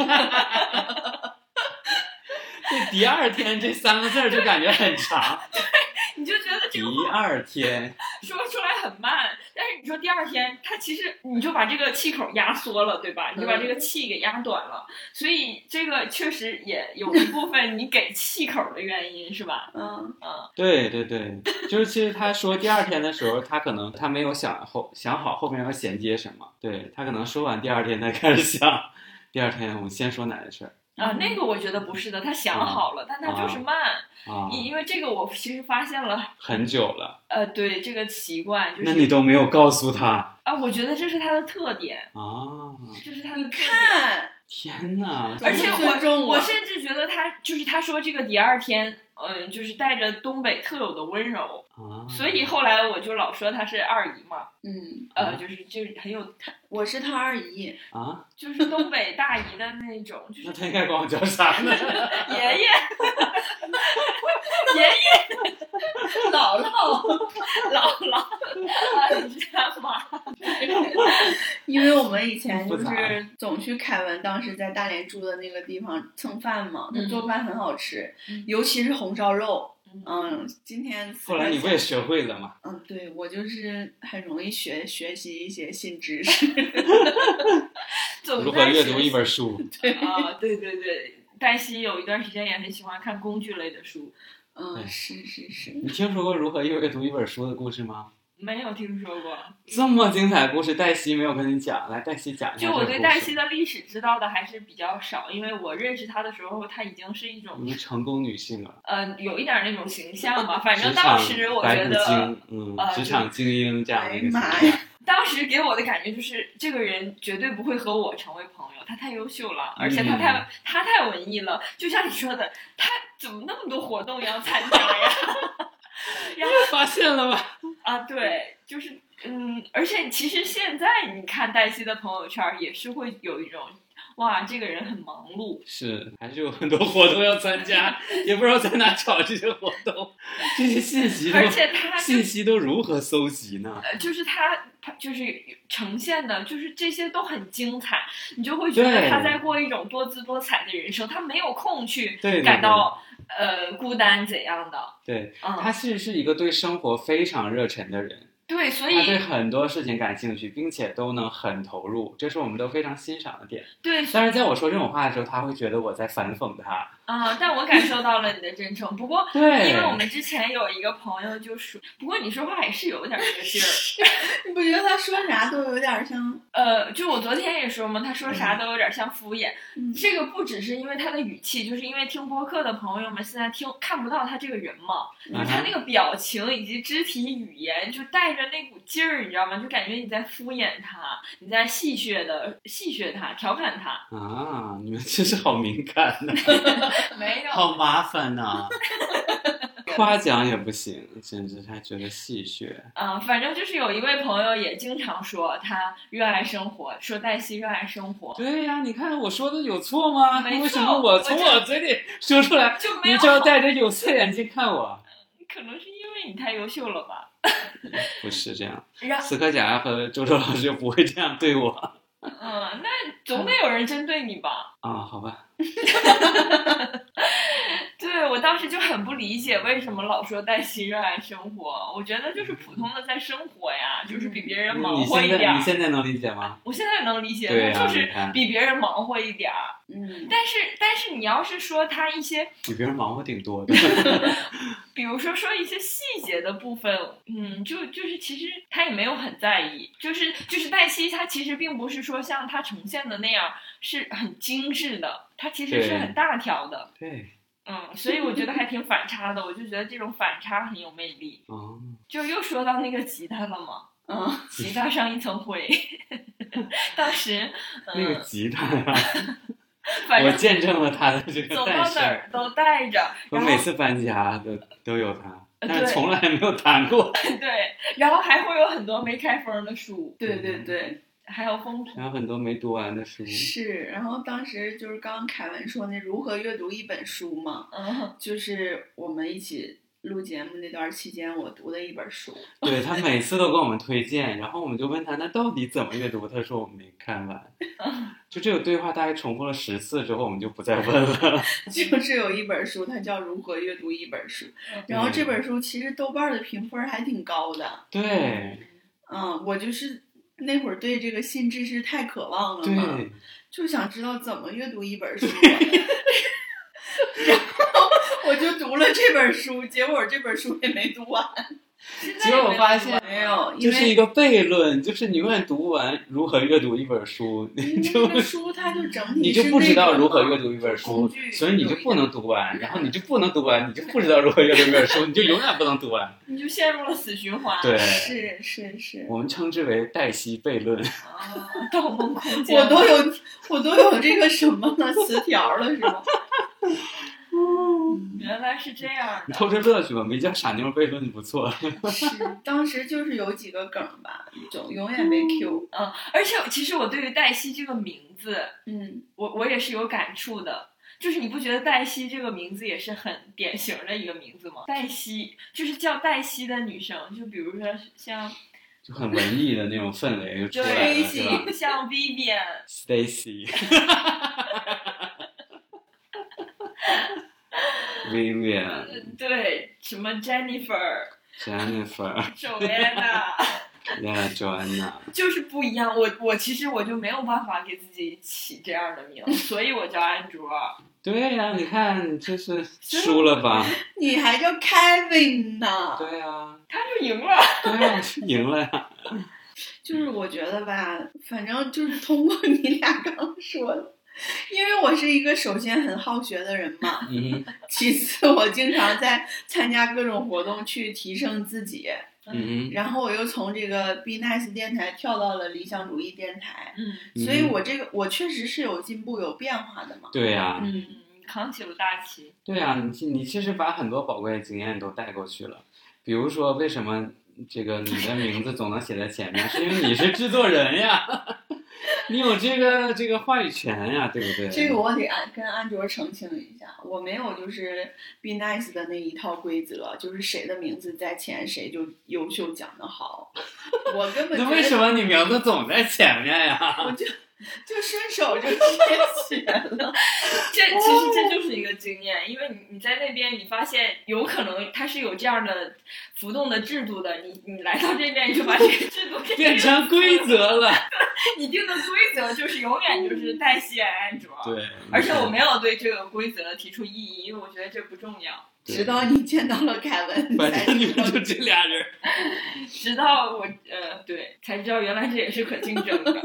这第二天这三个字就感觉很长。 你就觉得这个第二天说出来很慢，但是你说第二天，它其实你就把这个气口压缩了，对吧？你就把这个气给压短了，所以这个确实也有一部分你给气口的原因，是吧？ 嗯嗯， 对对对，就是其实他说第二天的时候，他可能他没有想后想好后面要衔接什么，对他可能说完第二天才开始想，第二天我们先说哪件事儿。 啊，那个我觉得不是的，他想好了， 啊、 但他就是慢。 啊， 因为这个我其实发现了很久了。 呃，对这个习惯，就是那你都没有告诉他啊？我觉得这是他的特点啊， 这是他的特点。 看， 天哪！ 而且我我我甚至觉得他就是他说这个第二天，嗯，就是带着东北特有的温柔。 啊， 所以后来我就老说他是二姨嘛， 嗯， 呃，就是就是很有他， 我是他二姨啊， 就是东北大姨的那种，就是那他应该管我叫啥呢？ 爷爷，爷爷， 姥姥， 姥姥，啊，你干嘛？ 因为我们以前就是总去凯文当时在大连住的那个地方蹭饭嘛，他做饭很好吃， 嗯、 尤其是红烧肉。嗯，今天后来你不也学会了吗？ 嗯，对，我就是很容易学学习一些新知识。 如何阅读一本书？ 对啊，对对对，黛西有一段时间也很喜欢看工具类的书。 嗯，是是是。 你听说过如何阅读一本书的故事吗？ 没有听说过这么精彩的故事，黛西没有跟你讲，来，黛西讲一下。 就我对黛西的历史知道的还是比较少，因为我认识她的时候，她已经是一种一个成功女性了。 呃，有一点那种形象吧，反正当时我觉得， 嗯， 呃， 职场精英这样的一个形象。哎当时给我的感觉就是这个人绝对不会和我成为朋友，他太优秀了，而且他太、嗯、他太文艺了，就像你说的，他怎么那么多活动要参加呀？然后发现了吧？ 啊，对，就是嗯，而且其实现在你看黛西的朋友圈也是会有一种。哇，这个人很忙碌， 是还是有很多活动要参加，也不知道在哪找这些活动，这些信息都， 而且他信息都如何搜集呢？ 呃，就是他，他就是呈现的，就是这些都很精彩，你就会觉得他在过一种多姿多彩的人生，他没有空去感到对对对呃孤单怎样的。 对， 嗯， 他是是一个对生活非常热忱的人。 对，所他对以很多事情感兴趣，并且都能很投入，这是我们都非常欣赏的点。 对， 但是在我说这种话的时候，他会觉得我在反讽他。 啊、但我感受到了你的真诚。不过， 对因为我们之前有一个朋友就说，不过你说话也是有点这个劲儿。 你不觉得他说啥都有点像？ 呃，就我昨天也说嘛，他说啥都有点像敷衍。 嗯这个不只是因为他的语气，就是因为听播客的朋友们现在听看不到他这个人嘛，就是他那个表情以及肢体语言，就带着那股劲儿，你知道吗？就感觉你在敷衍他，你在戏谑的戏谑他，调侃他。 啊，你们真是好敏感呐、 没有， 好麻烦呐、夸奖也不行，简直还觉得戏谑。 啊、反正就是有一位朋友也经常说他热爱生活，说黛西热爱生活， 对呀、你看我说的有错吗？ 没错为什么我从我嘴里说出来， 就没有你就要戴着有色眼镜看我？ 可能是因为你太优秀了吧。 不是这样， 然后， 斯科贾和周周老师就不会这样对我嗯，那总得有人针对你吧？ 啊。好吧， 对，我当时就很不理解为什么老说黛西热爱生活，我觉得就是普通的在生活呀，就是比别人忙你现在活一点儿。 你现在能理解吗？ 我现在能理解， 对呀他就是你看比别人忙活一点儿。 嗯， 但是，但是你要是说他一些， 比别人忙活挺多的。 比如说说一些细节的部分，嗯，就就是其实他也没有很在意，就是就是黛西，她其实并不是说像她呈现的那样是很精致的，她其实是对很大条的。 对， 嗯，所以我觉得还挺反差的，我就觉得这种反差很有魅力。 哦， 就又说到那个吉他了嘛， 嗯， 吉他上一层灰，当时， 那个嗯， 吉他呀， 反正我见证了他的这个走诞生。 到哪儿都带着， 我然后每次搬家都都有它， 呃但是对从来没有弹过。 对，然后还会有很多没开封的书， 对对对， 还有封皮。 然后很多没读完的书。 是。然后当时就是刚刚凯文说那如何阅读一本书嘛， 嗯， 就是我们一起录节目那段期间，我读的一本书。 对，他每次都给我们推荐，然后我们就问他那到底怎么阅读，他说我们没看完。就这个对话大概重复了十次之后，我们就不再问了。 就是有一本书，它叫《如何阅读一本书》，然后这本书其实豆瓣的评分还挺高的。 对嗯，我就是那会儿对这个新知识太渴望了嘛， 对， 就想知道怎么阅读一本书。然后我就读了这本书，结果这本书也没读完。 结果我发现没有，因为这是一个悖论，就是你永远读不完如何阅读一本书， 因你就为这个书它就整体你就不知道如何阅读读一本书工具， 所以你就不能读完，然后你就不能读完，你就不知道如何阅读一本书，你就永远不能读完。 你就陷入了死循环。 对， 是是是， 我们称之为黛西悖论。 啊，盗梦空间。 我都有我都有这个什么了词条了是吗？ 原来是这样的。 你偷着乐趣吧，没叫傻妞悖论就不错了。 是，当时就是有几个梗吧，总永远没 Q。 嗯，而且其实我对于黛西这个名字， 嗯， 我我也是有感触的。就是你不觉得黛西这个名字也是很典型的一个名字吗？黛西就是叫黛西的女生，就比如说像就很文艺的那种氛围就出来了， 对是吧像 Vivian， ？Stacy。Vivian、 对，什么 Jennifer、 Jennifer、 Joanna， Yeah、Joanna， 就是不一样。我我其实我就没有办法给自己起这样的名，所以我叫安卓。 对呀、你看这是输了吧？ 你还叫 Kevin 呢？ 对呀、 他就赢了。 对呀、赢了呀。 就是我觉得吧，反正就是通过你俩刚说的，因为我是一个首先很好学的人嘛， 嗯其次我经常在参加各种活动去提升自己， 嗯然后我又从这个 Be Nice 电台跳到了理想主义电台， 嗯嗯， 所以我这个我确实是有进步有变化的嘛。 对呀、 嗯， 嗯，扛起了大旗。 对呀、你其你其实把很多宝贵的经验都带过去了，比如说为什么这个你的名字总能写在前面，是因为你是制作人呀，你有这个这个话语权呀，对不对？ 这个我得安跟安卓澄清一下，我没有就是 Be Nice 的那一套规则，就是谁的名字在前谁就优秀讲得好，我根本觉得那为什么你名字总在前面呀？ 我就就顺手就直接学了。 这其实这就是一个经验，因为你你在那边你发现有可能它是有这样的浮动的制度的，你你来到这边你就把这个制度变成规则了。 你定的规则就是永远就是代谢安卓。 对， 而且我没有对这个规则提出异议，因为我觉得这不重要。 直到你见到了凯文， 反正你们就这俩人。 直到我呃对才知道原来这也是可竞争的。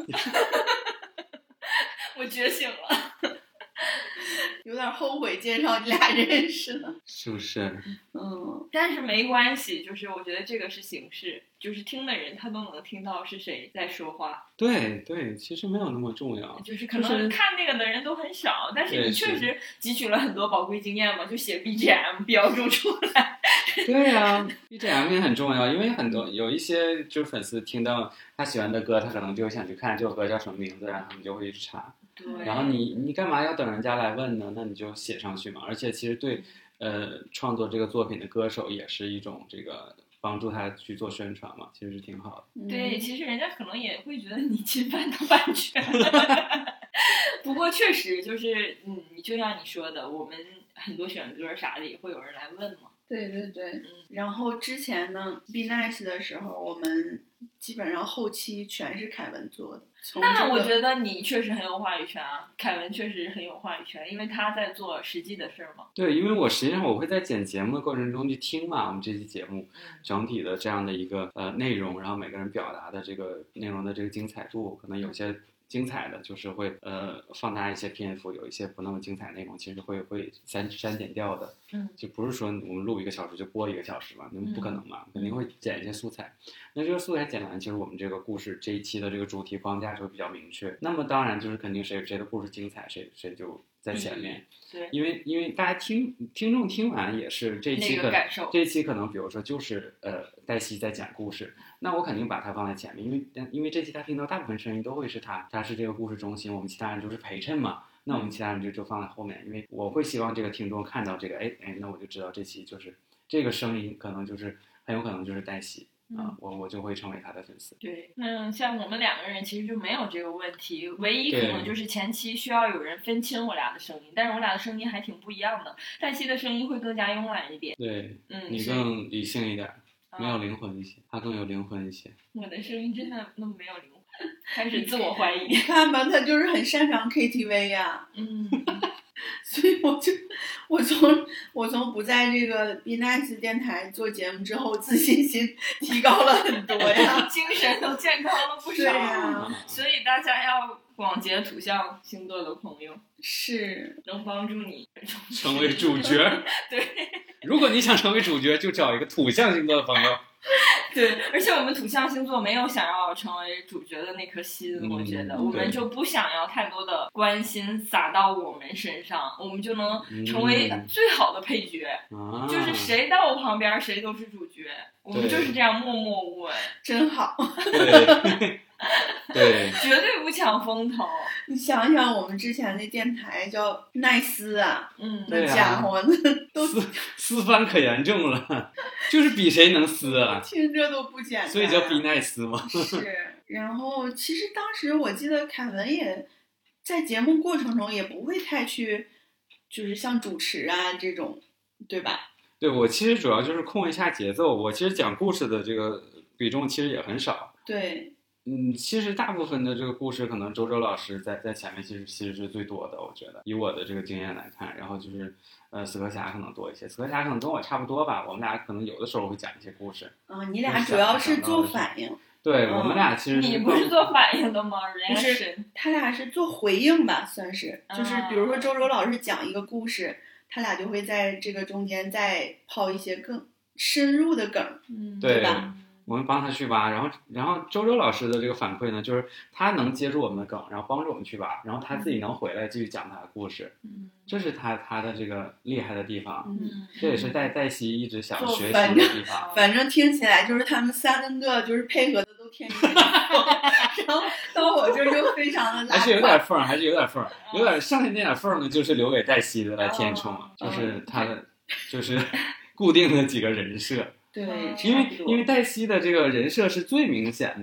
我觉醒了。 有点后悔介绍你俩认识了， 是不是？ 嗯， 但是没关系，就是我觉得这个是形式，就是听的人他都能听到是谁在说话。 对对，其实没有那么重要， 就是可能看那个的人都很少，但是你确实汲取了很多宝贵经验嘛，就写 B G M 标注出来。 对呀、啊、，B G M 也很重要，因为很多有一些就是粉丝听到他喜欢的歌，他可能就想去看这首歌叫什么名字，然后他们就会去查。 对， 然后你你干嘛要等人家来问呢？那你就写上去嘛。而且其实对呃创作这个作品的歌手也是一种这个帮助他去做宣传嘛，其实是挺好的。 对，其实人家可能也会觉得你侵犯到版权。不过确实就是嗯，你就像你说的，我们很多选歌啥的也会有人来问嘛。 对对对，嗯、然后之前呢 Be Nice 的时候，我们基本上后期全是凯文做的。 那我觉得你确实很有话语权啊，凯文确实很有话语权，因为他在做实际的事儿嘛。 对，因为我实际上我会在剪节目的过程中去听嘛，我们这期节目整体的这样的一个呃内容，然后每个人表达的这个内容的这个精彩度，可能有些精彩的就是会呃放大一些篇幅，有一些不那么精彩内容其实会会删删减掉的。 嗯， 就不是说我们录一个小时就播一个小时嘛，那不可能嘛，肯定会剪一些素材。那这个素材剪完，其实我们这个故事这一期的这个主题框架就会比较明确。那么当然就是肯定谁谁的故事精彩，谁谁就在前面。 对， 因为因为大家听听众听完也是这一期可能、 那个、 这一期可能比如说就是呃黛西在讲故事，那我肯定把它放在前面，因为因为这期他听到大部分声音都会是他，他是这个故事中心，我们其他人就是陪衬嘛。那我们其他人就就放在后面，因为我会希望这个听众看到这个，哎哎，那我就知道这期就是这个声音，可能就是很有可能就是黛西啊、呃，我我就会成为他的粉丝。 对，那像我们两个人其实就没有这个问题，唯一可能就是前期需要有人分清我俩的声音，但是我俩的声音还挺不一样的，黛西的声音会更加慵懒一点。 对， 嗯， 你更理性一点，没有灵魂一些，他更有灵魂一些。 我的声音真的那么没有灵魂？开始自我怀疑。 你看吧，他就是很擅长 K T V 呀、啊。 嗯， 所以我就我从我从不在这个 Be Nice 电台做节目之后，自信心提高了很多呀， 精神都健康了不少。 对呀， 所以大家要广结土象星座的朋友， 是能帮助你成为主角。 对， 如果你想成为主角，就找一个土象星座的朋友。 对，而且我们土象星座没有想要成为主角的那颗心， 嗯、 我觉得我们就不想要太多的关心撒到我们身上，我们就能成为最好的配角， 嗯、 就是谁到我旁边谁都是主角，我们就是这样默默无闻， 真好。 对。对， 绝对不抢风头。 你想想，我们之前那电台叫奈斯啊， 嗯， 那家伙呢、啊、都私私翻可严重了，就是比谁能撕啊， 听着都不简单， 所以叫比奈斯嘛。 是，然后其实当时我记得凯文也在节目过程中也不会太去，就是像主持啊这种，对吧？ 对，我其实主要就是控一下节奏，我其实讲故事的这个比重其实也很少。 对。 嗯，其实大部分的这个故事，可能周周老师在在前面，其实其实是最多的，我觉得以我的这个经验来看，然后就是呃，死磕侠可能多一些，死磕侠可能跟我差不多吧，我们俩可能有的时候会讲一些故事。 啊、嗯，你俩主要是做反应。 对、嗯、我们俩其实你不是做反应的吗？人家是他俩是做回应吧，算是，就是比如说周周老师讲一个故事，他俩就会在这个中间再抛一些更深入的梗， 嗯， 对吧？ 我们帮他去挖，然后然后周周老师的这个反馈呢，就是他能接住我们的梗，然后帮助我们去挖，然后他自己能回来继续讲他的故事， 嗯， 这是他他的这个厉害的地方， 嗯， 这也是黛黛西一直想学习的地方。 反正听起来就是他们三个就是配合的都天衣无缝，然后到我这就非常的拉， 还是有点缝，还是有点缝，有点剩下那点缝呢，就是留给黛西的来填充，哦、就是他的就是固定的几个人设。 对， 因为因为黛西的这个人设是最明显的，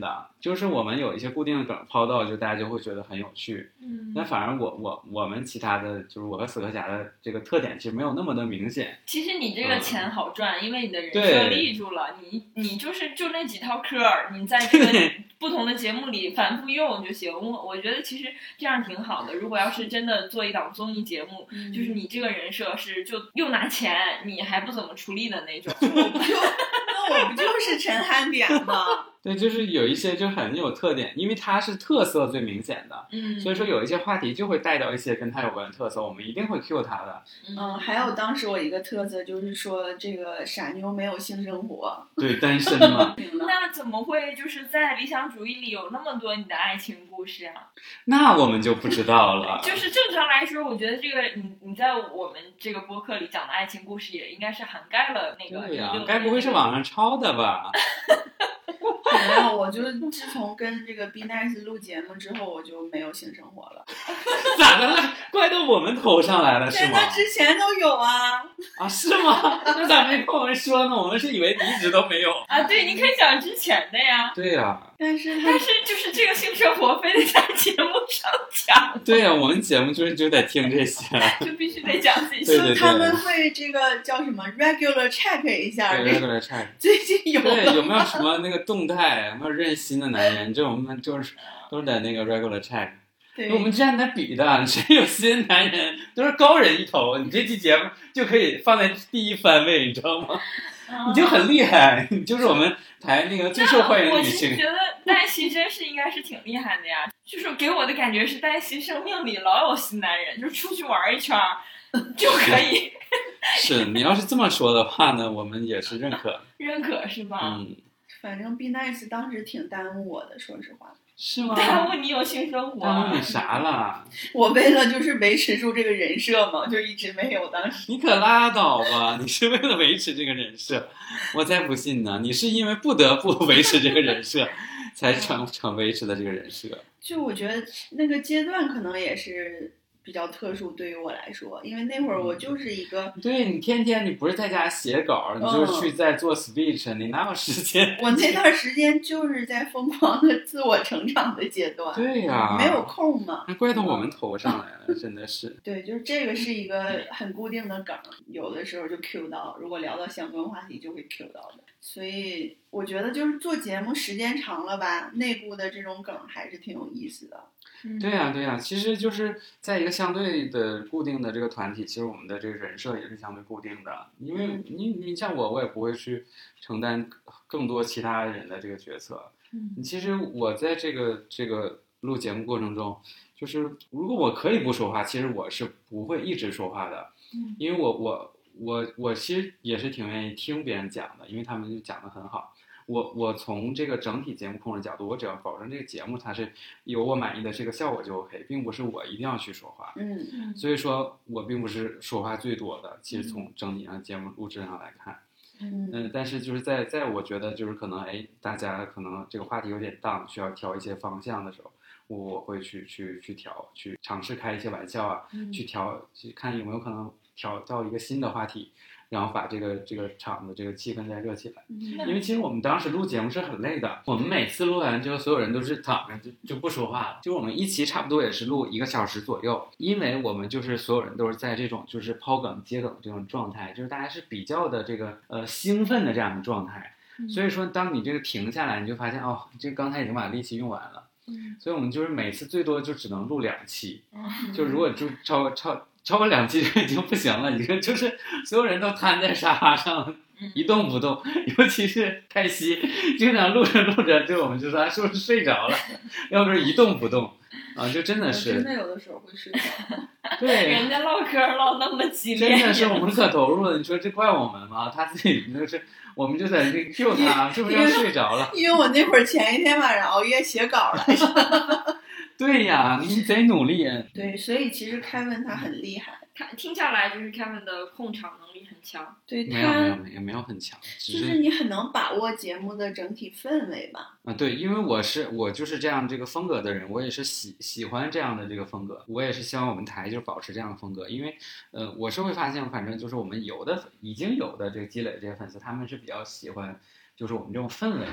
就是我们有一些固定的梗抛到，就大家就会觉得很有趣。 嗯， 那反而我我我们其他的就是我和死磕侠的这个特点其实没有那么的明显。 其实你这个钱好赚，嗯、因为你的人对设立住了，你你就是就那几套嗑儿，你在这个不同的节目里反复用就行。我我觉得其实这样挺好的。如果要是真的做一档综艺节目， 嗯、 就是你这个人设是就又拿钱，你还不怎么出力的那种。 我不就那我不就是陈汉典吗？ 对，就是有一些就很有特点，因为它是特色最明显的， 嗯， 所以说有一些话题就会带到一些跟它有关的特色，我们一定会 cue 它的。 嗯，还有当时我一个特色就是说这个傻妞没有性生活， 对，单身嘛。 那怎么会就是在理想主义里有那么多你的爱情故事啊？ 那我们就不知道了。 就是正常来说，我觉得这个你你在我们这个播客里讲的爱情故事也应该是涵盖了那个。 对呀、啊，该不会是网上抄的吧？ 没有，我就自从跟这个 Be Nice 录节目之后，我就没有性生活了。 咋的了？怪到我们头上来了是吗？ 那之前都有啊。 啊，是吗？那咋没跟我们说呢？我们是以为你一直都没有啊。对，你可以讲之前的呀。 对呀、啊。 但是但是就是这个性生活非得在节目上讲。 对呀、啊，我们节目就是就得听这些， 就必须得讲自己。 对对对， 他们会这个叫什么 regular check 一下。 对 regular check。 最近有对有没有什么那个动态？有没有认新的男人？这我们就是都是在那个 regular check。 对， 我们这样在比的，谁有新男人都是高人一头。你这期节目就可以放在第一番位，你知道吗？ 嗯、 你就很厉害，你就是我们台那个最受欢迎的女性。 我觉得黛西真是应该是挺厉害的呀，就是给我的感觉是黛西生命里老有新男人，就出去玩一圈就可以。 是你要是这么说的话呢，我们也是认可。 认可是吧？ 嗯， 反正 Be Nice 当时挺耽误我的，说实话。 是吗？ 耽误你有性生活？ 耽误你啥了？ 我为了就是维持住这个人设嘛，就一直没有。当时你可拉倒吧！你是为了维持这个人设，我才不信呢！你是因为不得不维持这个人设，才成成维持的这个人设。 就我觉得那个阶段可能也是比较特殊，对于我来说，因为那会儿我就是一个， 对你天天你不是在家写稿，你就是去在做 speech，、嗯、你哪有时间？ 我那段时间就是在疯狂的自我成长的阶段。 对呀、啊， 没有空嘛， 那怪到我们头上来了，真的是。 对，就是这个是一个很固定的梗，有的时候就 Q 到，如果聊到相关话题就会 Q 到的。所以我觉得就是做节目时间长了吧，内部的这种梗还是挺有意思的。 对呀、啊、对呀、啊，其实就是在一个相对的固定的这个团体，其实我们的这个人设也是相对固定的，因为你你像我，我也不会去承担更多其他人的这个角色。 嗯， 其实我在这个这个录节目过程中，就是如果我可以不说话，其实我是不会一直说话的， 嗯， 因为我我我我其实也是挺愿意听别人讲的，因为他们就讲得很好。我我从这个整体节目控制角度，我只要保证这个节目它是有我满意的这个效果就 OK， 并不是我一定要去说话。 嗯， 所以说我并不是说话最多的，其实从整体上节目录制上来看， 嗯、 呃，但是就是在在我觉得就是可能哎，大家可能这个话题有点荡，需要调一些方向的时候，我我会去去去调，去尝试开一些玩笑啊， 嗯、 去调，去看有没有可能调到一个新的话题。然后把这个这个场的这个气氛再热起来，因为其实我们当时录节目是很累的，我们每次录完之后，所有人都是躺着就就不说话了，就我们一期差不多也是录一个小时左右，因为我们就是所有人都是在这种就是抛梗接梗这种状态，就是大家是比较的这个呃兴奋的这样的状态，所以说当你这个停下来，你就发现哦，这刚才已经把力气用完了，所以我们就是每次最多就只能录两期，就如果就超超。超过两期就已经不行了，已经就是所有人都瘫在沙发上一动不动，尤其是泰西，经常录着录着就我们就说他是不是睡着了，要不是一动不动啊，就真的是真的有的时候会睡着。 对， 人家唠嗑唠那么激烈， 真的是我们可投入了。你说这怪我们吗？他自己就是我们就在这 Q 他，是不是要睡着了？ 因为我那会儿前一天晚上熬夜写稿来着。 对呀，你贼努力。 对，所以其实凯文他很厉害， 他听下来就是 Kevin 的控场能力很强。 对， 没有没有没有没有很强，只就是你很能把握节目的整体氛围吧。 啊，对，因为我是我就是这样这个风格的人，我也是喜喜欢这样的这个风格，我也是希望我们台就是保持这样的风格，因为呃，我是会发现，反正就是我们有的已经有的这个积累的这些粉丝，他们是比较喜欢就是我们这种氛围的。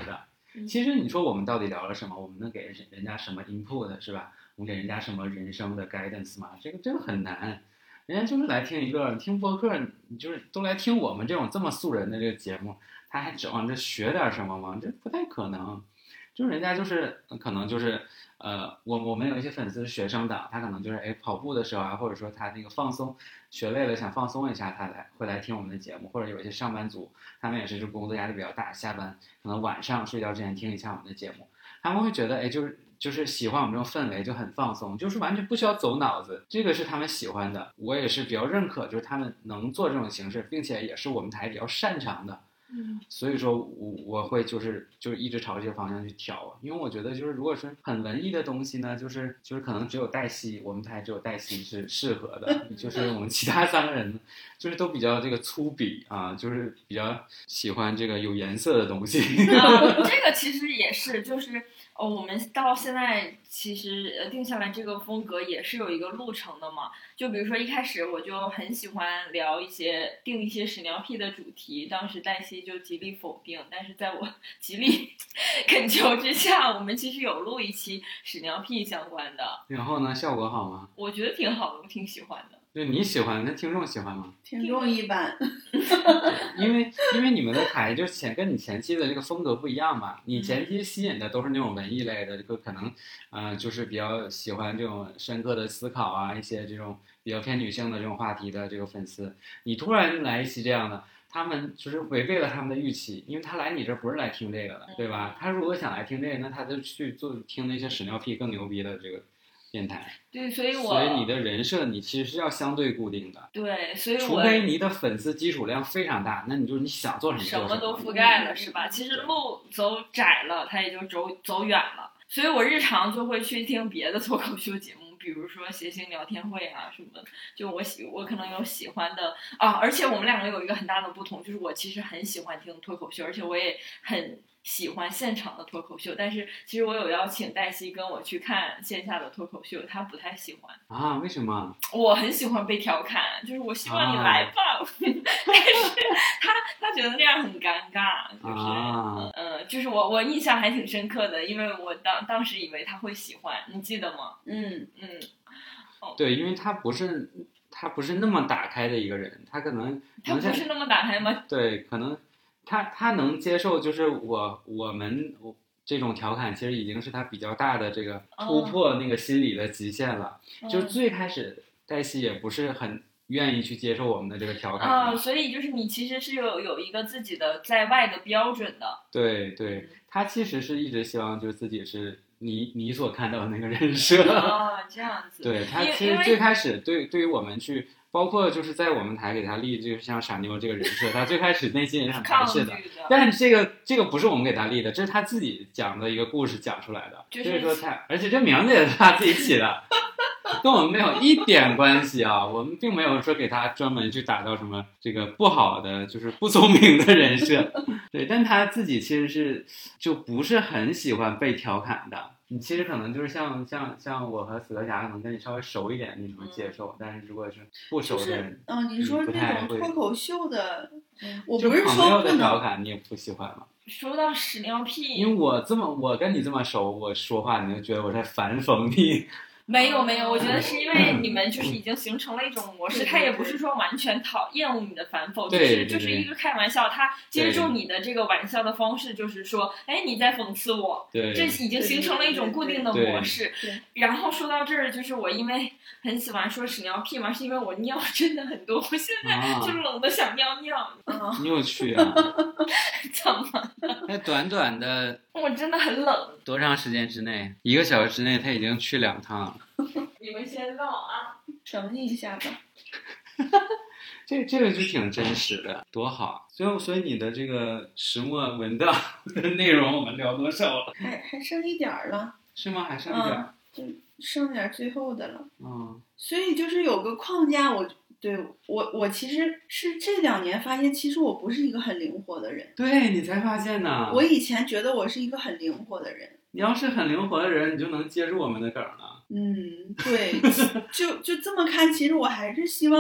其实你说我们到底聊了什么？我们能给人人家什么 input 是吧？我们给人家什么人生的 guidance 吗？这个这个很难。人家就是来听一个听播客，你就是都来听我们这种这么素人的这个节目，他还指望着学点什么吗？这不太可能。就是人家就是可能就是呃，我我们有一些粉丝是学生党，他可能就是哎跑步的时候啊，或者说他那个放松学累了想放松一下，他来会来听我们的节目，或者有一些上班族，他们也是就工作压力比较大，下班可能晚上睡觉之前听一下我们的节目，他们会觉得哎就是就是喜欢我们这种氛围，就很放松，就是完全不需要走脑子，这个是他们喜欢的，我也是比较认可，就是他们能做这种形式，并且也是我们台比较擅长的。 嗯， 所以说我我会就是就是一直朝这个方向去调，因为我觉得就是如果是很文艺的东西呢，就是就是可能只有黛西，我们台只有黛西是适合的，就是我们其他三个人就是都比较这个粗鄙啊，就是比较喜欢这个有颜色的东西。 啊，这个其实也是，就是哦，我们到现在其实呃定下来这个风格也是有一个路程的嘛。就比如说一开始我就很喜欢聊一些定一些屎尿屁的主题，当时黛西就极力否定，但是在我极力恳求之下，我们其实有录一期屎尿屁相关的。 然后呢，效果好吗？ 我觉得挺好的，我挺喜欢的。 就你喜欢，那听众喜欢吗？ 听众一般。 因为因为你们的台就前跟你前期的这个风格不一样嘛，你前期吸引的都是那种文艺类的，这个可能呃就是比较喜欢这种深刻的思考啊，一些这种比较偏女性的这种话题的这个粉丝，你突然来一期这样的，他们就是违背了他们的预期，因为他来你这不是来听这个的，对吧？他如果想来听这个，那他就去做听那些屎尿屁更牛逼的这个电台。 对，所以我所以你的人设你其实是要相对固定的。 对，所以我除非你的粉丝基础量非常大，那你就你想做什么什做什么么都覆盖了，是吧？其实路走窄了，它也就走走远了。所以我日常就会去听别的脱口秀节目，比如说谐星聊天会啊什么的。就我喜我可能有喜欢的啊，而且我们两个有一个很大的不同，就是我其实很喜欢听脱口秀，而且我也很喜欢现场的脱口秀，但是其实我有邀请黛西跟我去看线下的脱口秀，她不太喜欢啊？为什么？ 我很喜欢被调侃，就是我希望你来吧，啊、但是她她觉得那样很尴尬，就是、 啊、 呃，就是我我印象还挺深刻的，因为我当当时以为她会喜欢，你记得吗？ 嗯嗯，哦， 对，因为他不是他不是那么打开的一个人，他可能他不是那么打开吗？ 对，可能。他他能接受，就是我我们这种调侃，其实已经是他比较大的这个突破那个心理的极限了。 哦、 就是最开始黛西也不是很愿意去接受我们的这个调侃啊、哦，所以就是你其实是有有一个自己的在外的标准的。 对对，他其实是一直希望就是自己是你你所看到的那个人设。 哦，这样子。 对，他其实最开始对对于我们去。包括就是在我们台给他立，就是像傻妞这个人设，他最开始内心也是很排斥的。但是这个这个不是我们给他立的，这是他自己讲的一个故事讲出来的。 就是、 所以说他，而且这名字也是他自己起的，跟我们没有一点关系啊。我们并没有说给他专门去打造什么这个不好的，就是不聪明的人设。对，但他自己其实是就不是很喜欢被调侃的。你其实可能就是像像像我和死磕侠可能跟你稍微熟一点，你能接受，嗯、但是如果是不熟的人， 嗯、就是，呃，你说那种脱口秀的， 嗯、 我不是说不能的调侃，你也不喜欢吗？ 说到屎尿屁， 因为我这么我跟你这么熟，我说话你就觉得我在反讽你。 没有没有，我觉得是因为你们就是已经形成了一种模式，他也不是说完全讨厌恶你的反讽，就是就是一个开玩笑，他接受你的这个玩笑的方式就是说，哎，你在讽刺我，这已经形成了一种固定的模式。然后说到这儿，就是我因为很喜欢说屎尿屁嘛，是因为我尿真的很多，我现在就冷的想尿尿。 啊、你有趣啊？ 怎么了？ 在短短的， 我真的很冷。 多长时间之内？一个小时之内，他已经去两趟。 你们先唠啊， 整理一下吧。 这这个就挺真实的，多好。所以所以你的这个石墨文档的内容我们聊多少了？ 还还剩一点了。 是吗？还剩一点？ 嗯、就剩点最后的了。 嗯。 所以就是有个框架，我对我我其实是这两年发现，其实我不是一个很灵活的人。 对，你才发现呢。 我以前觉得我是一个很灵活的人。 你要是很灵活的人，你就能接住我们的梗了。 嗯，对，就就这么看，其实我还是希望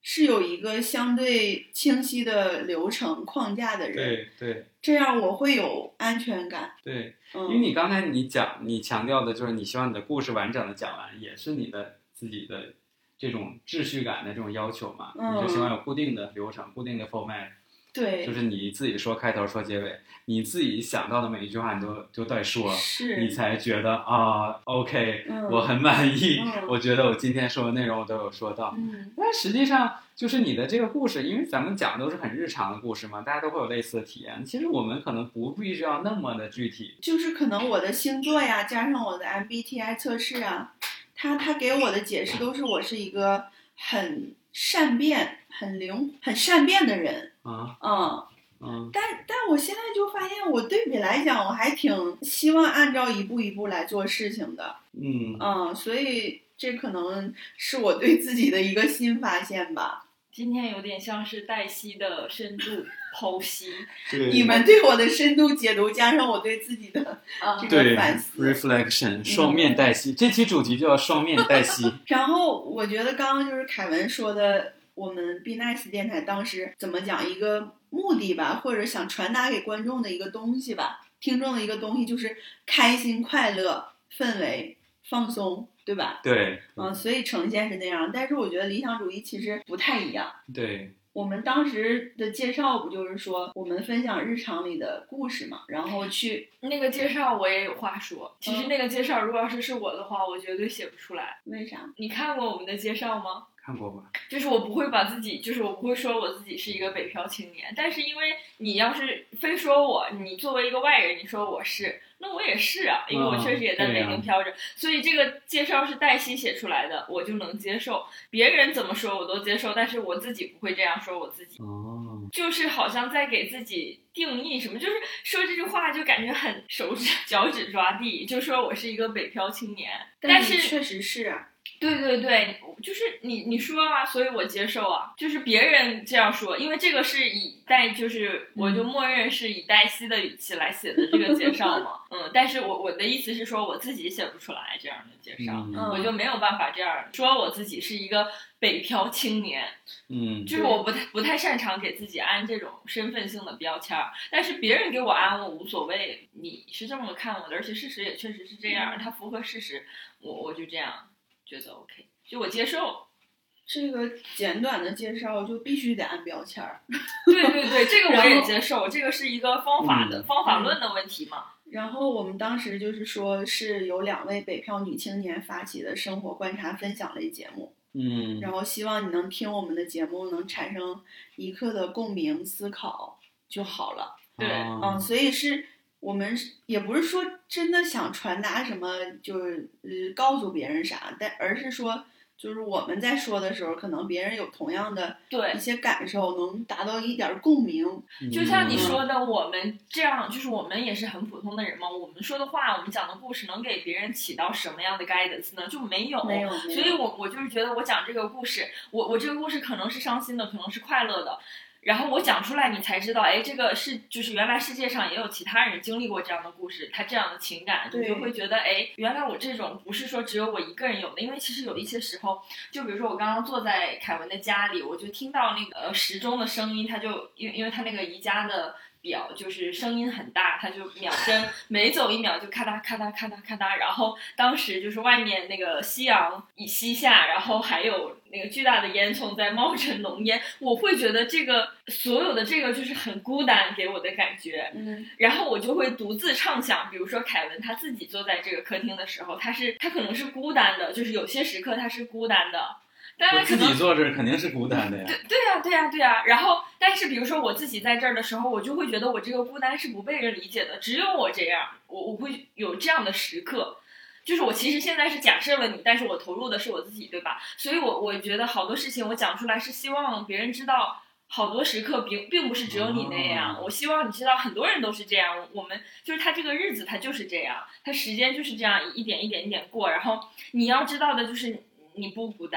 是有一个相对清晰的流程框架的人， 对对， 这样我会有安全感。 对， 嗯， 因为你刚才你讲你强调的就是你希望你的故事完整的讲完，也是你的自己的这种秩序感的这种要求嘛， 嗯、 你就希望有固定的流程、固定的 format。 对， 就是你自己说开头说结尾，你自己想到的每一句话你都都得说， 是你才觉得啊 OK、 嗯、 我很满意、 嗯、 我觉得我今天说的内容我都有说到。 嗯， 但实际上就是你的这个故事，因为咱们讲的都是很日常的故事嘛，大家都会有类似的体验，其实我们可能不必须要那么的具体， 就是可能我的星座呀加上我的 M B T I 测试啊，他他给我的解释都是我是一个很善变很灵很善变的人啊， 嗯嗯， 但但我现在就发现，我对比来讲，我还挺希望按照一步一步来做事情的。 嗯嗯，所以这可能是我对自己的一个新发现吧。 今天有点像是黛西的深度剖析， 你们对我的深度解读，加上我对自己的这个反思 reflection， 双面黛西、嗯，这期主题就叫双面黛西。 然后我觉得刚刚就是凯文说的，我们 Be Nice 电台当时怎么讲一个目的吧，或者想传达给观众的一个东西吧，听众的一个东西就是开心、快乐、氛围、放松，对吧？ 对， 嗯，所以呈现是那样，但是我觉得理想主义其实不太一样。 对， 我们当时的介绍不就是说我们分享日常里的故事嘛，然后去那个介绍我也有话说。其实那个介绍如果要是是我的话，我绝对写不出来。 为啥？ 你看过我们的介绍吗？ 看过吧？ 就是我不会把自己，就是我不会说我自己是一个北漂青年，但是因为你要是非说我，你作为一个外人，你说我是，那我也是啊，因为我确实也在北京飘着，嗯啊、所以这个介绍是黛西写出来的，我就能接受。别人怎么说我都接受，但是我自己不会这样说我自己。 哦， 就是好像在给自己定义什么，就是说这句话就感觉很手指脚趾抓地，就说我是一个北漂青年，但是确实是啊。 对对对，就是你你说啊，所以我接受啊。就是别人这样说，因为这个是以黛，就是我就默认是以黛西的语气来写的这个介绍嘛。嗯，但是我我的意思是说，我自己写不出来这样的介绍， 嗯、 我就没有办法这样说我自己是一个北漂青年。 嗯， 就是我不太不太擅长给自己安这种身份性的标签，但是别人给我安我无所谓。你是这么看我的，而且事实也确实是这样，它符合事实，我我就这样。觉得 OK， 就我接受这个简短的介绍，就必须得按标签儿。 对对对，这个我也接受，这个是一个方法的、嗯、方法论的问题嘛。 然后我们当时就是说是有两位北漂女青年发起的生活观察分享类节目， 嗯， 然后希望你能听我们的节目，能产生一刻的共鸣思考就好了。 对， 嗯，所以是。我们也不是说真的想传达什么，就是呃告诉别人啥，但而是说，就是我们在说的时候，可能别人有同样的对一些感受，能达到一点共鸣。 就像你说的，我们这样，就是我们也是很普通的人嘛。我们说的话，我们讲的故事，能给别人起到什么样的 guidance 呢？就没有， 没有。 所以我我就是觉得，我讲这个故事，我我这个故事可能是伤心的，可能是快乐的。然后我讲出来，你才知道，哎，这个是就是原来世界上也有其他人经历过这样的故事，他这样的情感，你就会觉得，哎，原来我这种不是说只有我一个人有的，因为其实有一些时候，就比如说我刚刚坐在凯文的家里，我就听到那个、呃、时钟的声音，他就因为因为他那个宜家的表就是声音很大，他就秒针每走一秒就咔嗒咔嗒咔嗒咔嗒，然后当时就是外面那个夕阳已西下，然后还有那个巨大的烟囱在冒着浓烟，我会觉得这个所有的这个就是很孤单给我的感觉， 嗯， 然后我就会独自畅想，比如说凯文他自己坐在这个客厅的时候，他是他可能是孤单的，就是有些时刻他是孤单的。当然可能我自己坐这儿肯定是孤单的呀。 对对呀、啊，对呀、啊，对呀、啊。然后，但是比如说我自己在这儿的时候，我就会觉得我这个孤单是不被人理解的，只有我这样，我我会有这样的时刻。就是我其实现在是假设了你，但是我投入的是我自己，对吧？所以我我觉得好多事情我讲出来是希望别人知道，好多时刻并并不是只有你那样。哦、我希望你知道，很多人都是这样。我们就是他这个日子，他就是这样，他时间就是这样一点一点一点过。然后你要知道的就是你不孤单。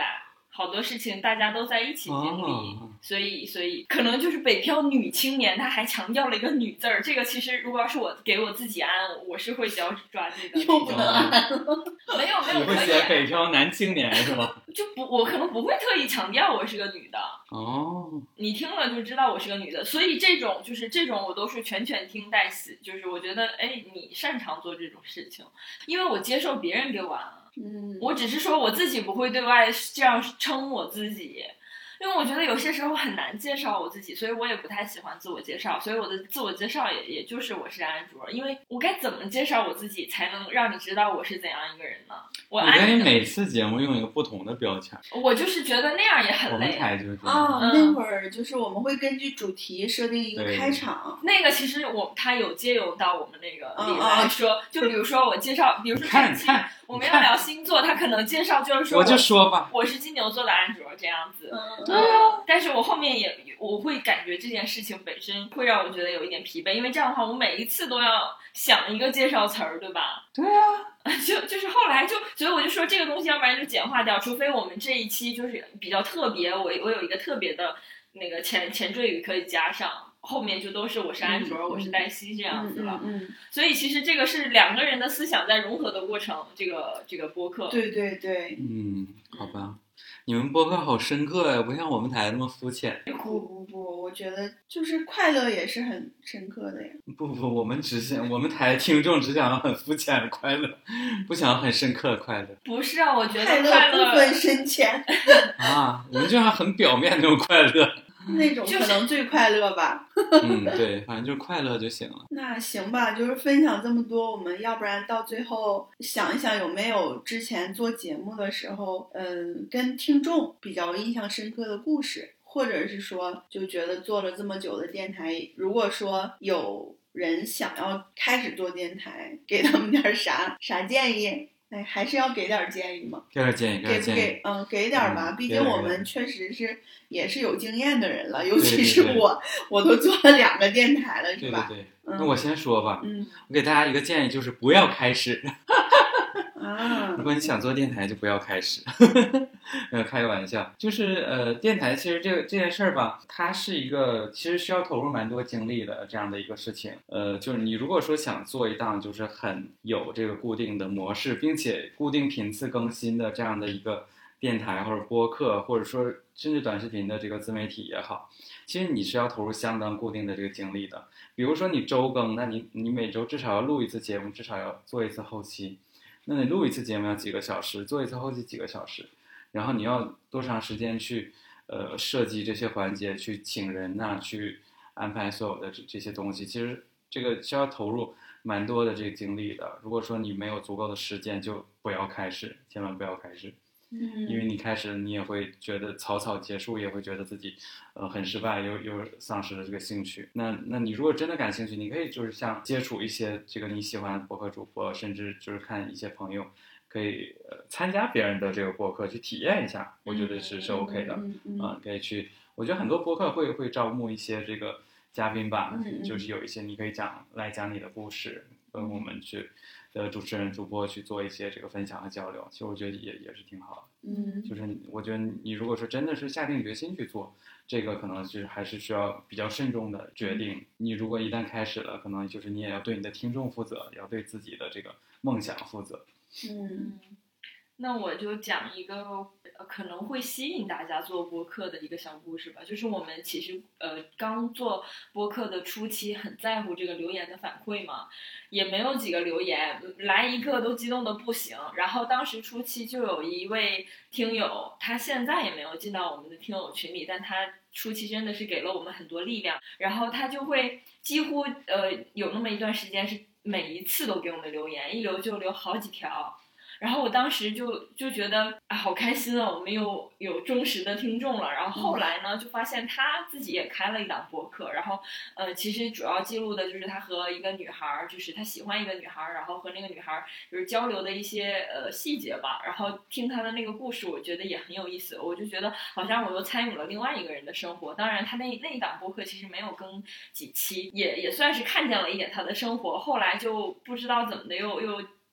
好多事情大家都在一起经历， 哦、 所以所以可能就是北漂女青年，她还强调了一个女字儿。这个其实如果要是我给我自己安，我是会脚抓这个。 又不能安没有没有， 你会写北漂男青年是吧？ 就不，我可能不会特意强调我是个女的。 哦， 你听了就知道我是个女的，所以这种就是这种我都是全权听代写，就是我觉得哎，你擅长做这种事情，因为我接受别人给我安。 嗯， 我只是说我自己不会对外这样称我自己，因为我觉得有些时候很难介绍我自己，所以我也不太喜欢自我介绍，所以我的自我介绍也也就是我是安卓，因为我该怎么介绍我自己才能让你知道我是怎样一个人呢？我你可以每次节目用一个不同的标签， 我就是觉得那样也很累。 我们台就是啊、 嗯， 那会儿就是我们会根据主题设定一个开场， 那个其实我他有借用到我们那个里嗯来说，嗯、就比如说我介绍，比如说看看我们要聊星座，他可能介绍就是说我就说吧， 我是金牛座的安卓这样子。 嗯， 对啊。但是我后面也我会感觉这件事情本身会让我觉得有一点疲惫，因为这样的话我每一次都要想一个介绍词儿，对吧？ 对啊。 就就是后来就，所以我就说这个东西要不然就简化掉，除非我们这一期就是比较特别，我我有一个特别的那个前前缀语可以加上，后面就都是我是安卓， 嗯、 我是黛西这样子了。 嗯嗯嗯、 所以其实这个是两个人的思想在融合的过程，这个这个播客。 对对对。 嗯，好吧。你们播客好深刻呀，不像我们台那么肤浅。 不不不，我觉得就是快乐也是很深刻的呀。 不不，我们只想我们台听众只想要很肤浅的快乐，不想要很深刻的快乐。 不是啊，我觉得快乐不分深浅啊，我们就像很表面那种快乐。 那种可能最快乐吧。 嗯，对，反正就是快乐就行了。 那行吧，就是分享这么多，我们要不然到最后想一想有没有之前做节目的时候，嗯，跟听众比较印象深刻的故事，或者是说就觉得做了这么久的电台，如果说有人想要开始做电台，给他们点啥啥建议？哎，还是要给点建议嘛？ 给点建议，给点建议。 给不给？嗯，给点吧。 嗯、 毕竟我们确实是也是有经验的人了，尤其对是我， 对对我都做了两个电台了，是吧？ 对对对。 嗯、 那我先说吧。 嗯。 我给大家一个建议，就是不要开始。 啊。 如果你想做电台，就不要开始。呃，开个玩笑，就是呃，电台其实这个这件事儿吧，它是一个其实需要投入蛮多精力的这样的一个事情。呃，就是你如果说想做一档就是很有这个固定的模式，并且固定频次更新的这样的一个电台或者播客，或者说甚至短视频的这个自媒体也好，其实你是要投入相当固定的这个精力的。比如说你周更，那你你每周至少要录一次节目，至少要做一次后期。那你录一次节目要几个小时，做一次后期几个小时，然后你要多长时间去呃设计这些环节，去请人呐、啊，去安排所有的这这些东西，其实这个需要投入蛮多的这个精力的。如果说你没有足够的时间，就不要开始，千万不要开始。 嗯， 因为你开始你也会觉得草草结束，也会觉得自己呃很失败，又又丧失了这个兴趣。那那你如果真的感兴趣，你可以就是像接触一些这个你喜欢的播客主播，甚至就是看一些朋友可以呃参加别人的这个播客去体验一下，我觉得是是 OK 的。 嗯嗯、 呃，可以去，我觉得很多播客会会招募一些这个嘉宾吧， 嗯、 就是有一些你可以讲来讲你的故事，跟我们去的主持人主播去做一些这个分享和交流，其实我觉得也也是挺好的。 嗯， 就是我觉得你如果说真的是下定决心去做这个，可能是还是需要比较慎重的决定。你如果一旦开始了，可能就是你也要对你的听众负责，也要对自己的这个梦想负责。 嗯， 那我就讲一个可能会吸引大家做播客的一个小故事吧。就是我们其实呃刚做播客的初期很在乎这个留言的反馈嘛，也没有几个留言，来一个都激动的不行。然后当时初期就有一位听友，他现在也没有进到我们的听友群里，但他初期真的是给了我们很多力量。然后他就会几乎呃有那么一段时间是每一次都给我们留言，一留就留好几条。然后我当时就就觉得啊，好开心啊，我们又有忠实的听众了。然后后来呢，就发现他自己也开了一档播客，然后呃，其实主要记录的就是他和一个女孩，就是他喜欢一个女孩，然后和那个女孩就是交流的一些呃细节吧。然后听他的那个故事，我觉得也很有意思。我就觉得好像我又参与了另外一个人的生活。当然，他那那一档播客其实没有更几期，也也算是看见了一点他的生活。后来就不知道怎么的又又。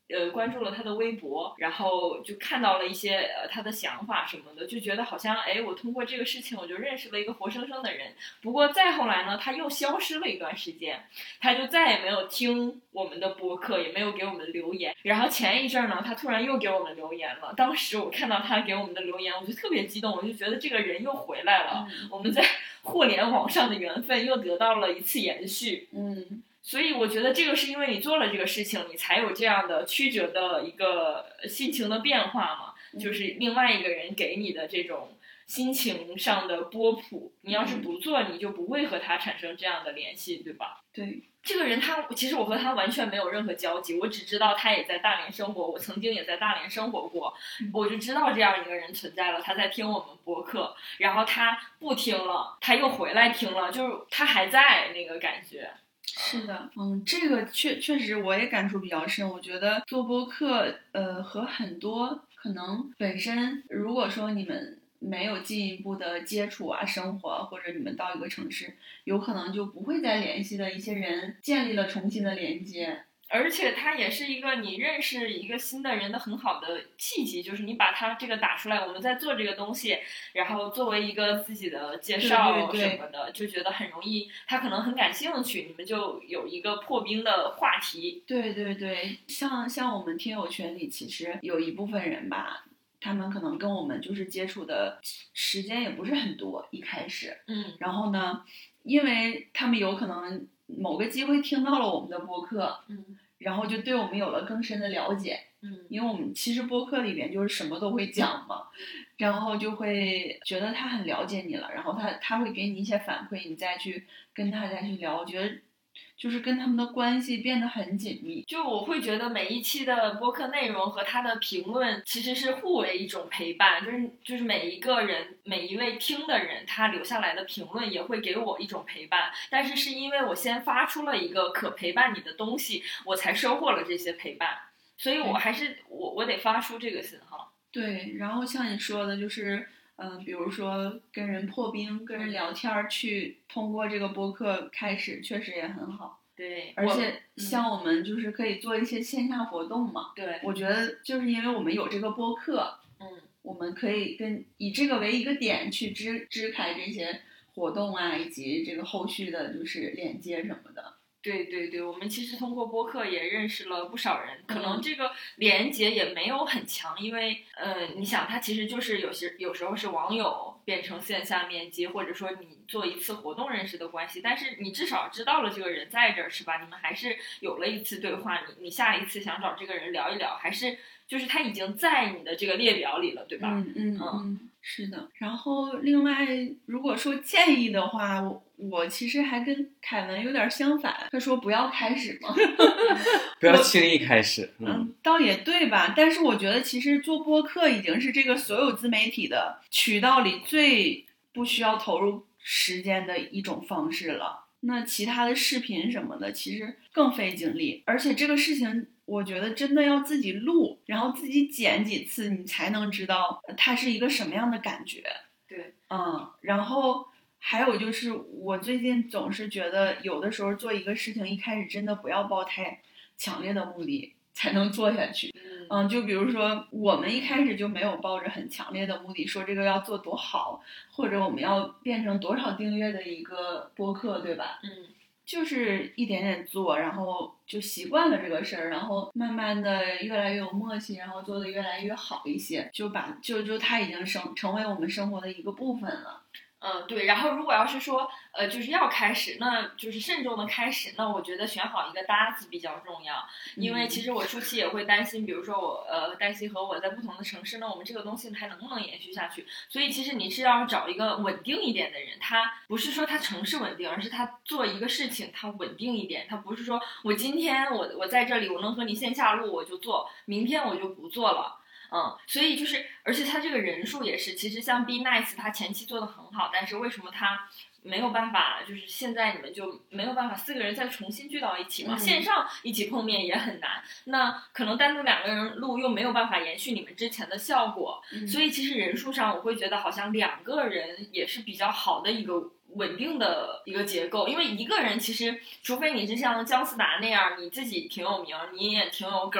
呃关注了他的微博，然后就看到了一些呃他的想法什么的，就觉得好像哎，我通过这个事情我就认识了一个活生生的人。不过再后来呢，他又消失了一段时间，他就再也没有听我们的播客，也没有给我们留言。然后前一阵呢，他突然又给我们留言了。当时我看到他给我们的留言，我就特别激动，我就觉得这个人又回来了， 嗯、 我们在互联网上的缘分又得到了一次延续。 嗯。 所以我觉得这个是因为你做了这个事情，你才有这样的曲折的一个心情的变化嘛， 嗯、 就是另外一个人给你的这种心情上的波谱。你要是不做，你就不会和他产生这样的联系，对吧？ 对， 这个人他其实我和他完全没有任何交集，我只知道他也在大连生活，我曾经也在大连生活过， 嗯、 我就知道这样一个人存在了，他在听我们播客，然后他不听了，他又回来听了，就是他还在那个感觉。 是的，嗯，这个确确实我也感触比较深。我觉得做播客，呃，和很多可能本身，如果说你们没有进一步的接触啊，生活，或者你们到一个城市，有可能就不会再联系的一些人，建立了重新的连接。 而且它也是一个你认识一个新的人的很好的契机，就是你把它这个打出来，我们在做这个东西，然后作为一个自己的介绍什么的， 对对对， 就觉得很容易，他可能很感兴趣，你们就有一个破冰的话题。 对对对，像像我们听友群里，其实有一部分人吧，他们可能跟我们就是接触的时间也不是很多，一开始， 嗯， 然后呢，因为他们有可能某个机会听到了我们的播客， 嗯， 然后就对我们有了更深的了解， 嗯， 因为我们其实播客里边就是什么都会讲嘛，然后就会觉得他很了解你了，然后他他会给你一些反馈，你再去跟他再去聊，我觉得就是跟他们的关系变得很紧密。 就我会觉得每一期的播客内容和他的评论其实是互为一种陪伴，就是就是每一个人每一位听的人他留下来的评论也会给我一种陪伴，但是是因为我先发出了一个可陪伴你的东西，我才收获了这些陪伴，所以我还是我我得发出这个信号。 对，然后像你说的就是嗯、呃，比如说跟人破冰跟人聊天，去通过这个播客开始，确实也很好。 对， 而且像我们就是可以做一些线下活动嘛。 对， 我觉得就是因为我们有这个播客， 嗯， 我们可以跟以这个为一个点去支支开这些活动啊，以及这个后续的就是链接什么的。 对对对，我们其实通过播客也认识了不少人，可能这个连接也没有很强，因为呃，你想，它其实就是有些有时候是网友变成线下面基，或者说你做一次活动认识的关系，但是你至少知道了这个人在这儿，是吧？你们还是有了一次对话，你你下一次想找这个人聊一聊，还是就是他已经在你的这个列表里了，对吧？ 嗯嗯嗯，是的。然后另外，如果说建议的话，我我其实还跟凯文有点相反，他说不要开始嘛， 不要轻易开始。 嗯, 嗯，倒也对吧？但是我觉得其实做播客已经是这个所有自媒体的渠道里最不需要投入时间的一种方式了。那其他的视频什么的，其实更费精力，而且这个事情我觉得真的要自己录，然后自己剪几次，你才能知道它是一个什么样的感觉。 对， 嗯，然后还有就是我最近总是觉得有的时候做一个事情一开始真的不要抱太强烈的目的才能做下去。嗯，就比如说我们一开始就没有抱着很强烈的目的说这个要做多好，或者我们要变成多少订阅的一个播客，对吧？ 嗯， 就是一点点做，然后就习惯了这个事儿，然后慢慢的越来越有默契，然后做的越来越好一些，就把就就它已经成成为我们生活的一个部分了。 嗯，对。然后如果要是说，呃，就是要开始，那就是慎重的开始。那我觉得选好一个搭子比较重要，因为其实我初期也会担心，比如说我，呃，黛西和我在不同的城市，那我们这个东西还能不能延续下去？所以其实你是要找一个稳定一点的人，他不是说他城市稳定，而是他做一个事情他稳定一点，他不是说我今天我我在这里我能和你线下录我就做，明天我就不做了。嗯，所以就是，而且他这个人数也是，其实像 Be Nice 他前期做的很好，但是为什么他没有办法，就是现在你们就没有办法四个人再重新聚到一起嘛？ 嗯、 线上一起碰面也很难，那可能单独两个人录又没有办法延续你们之前的效果， 嗯、 所以其实人数上我会觉得好像两个人也是比较好的一个稳定的一个结构，因为一个人其实除非你是像姜思达那样你自己挺有名，你也挺有梗，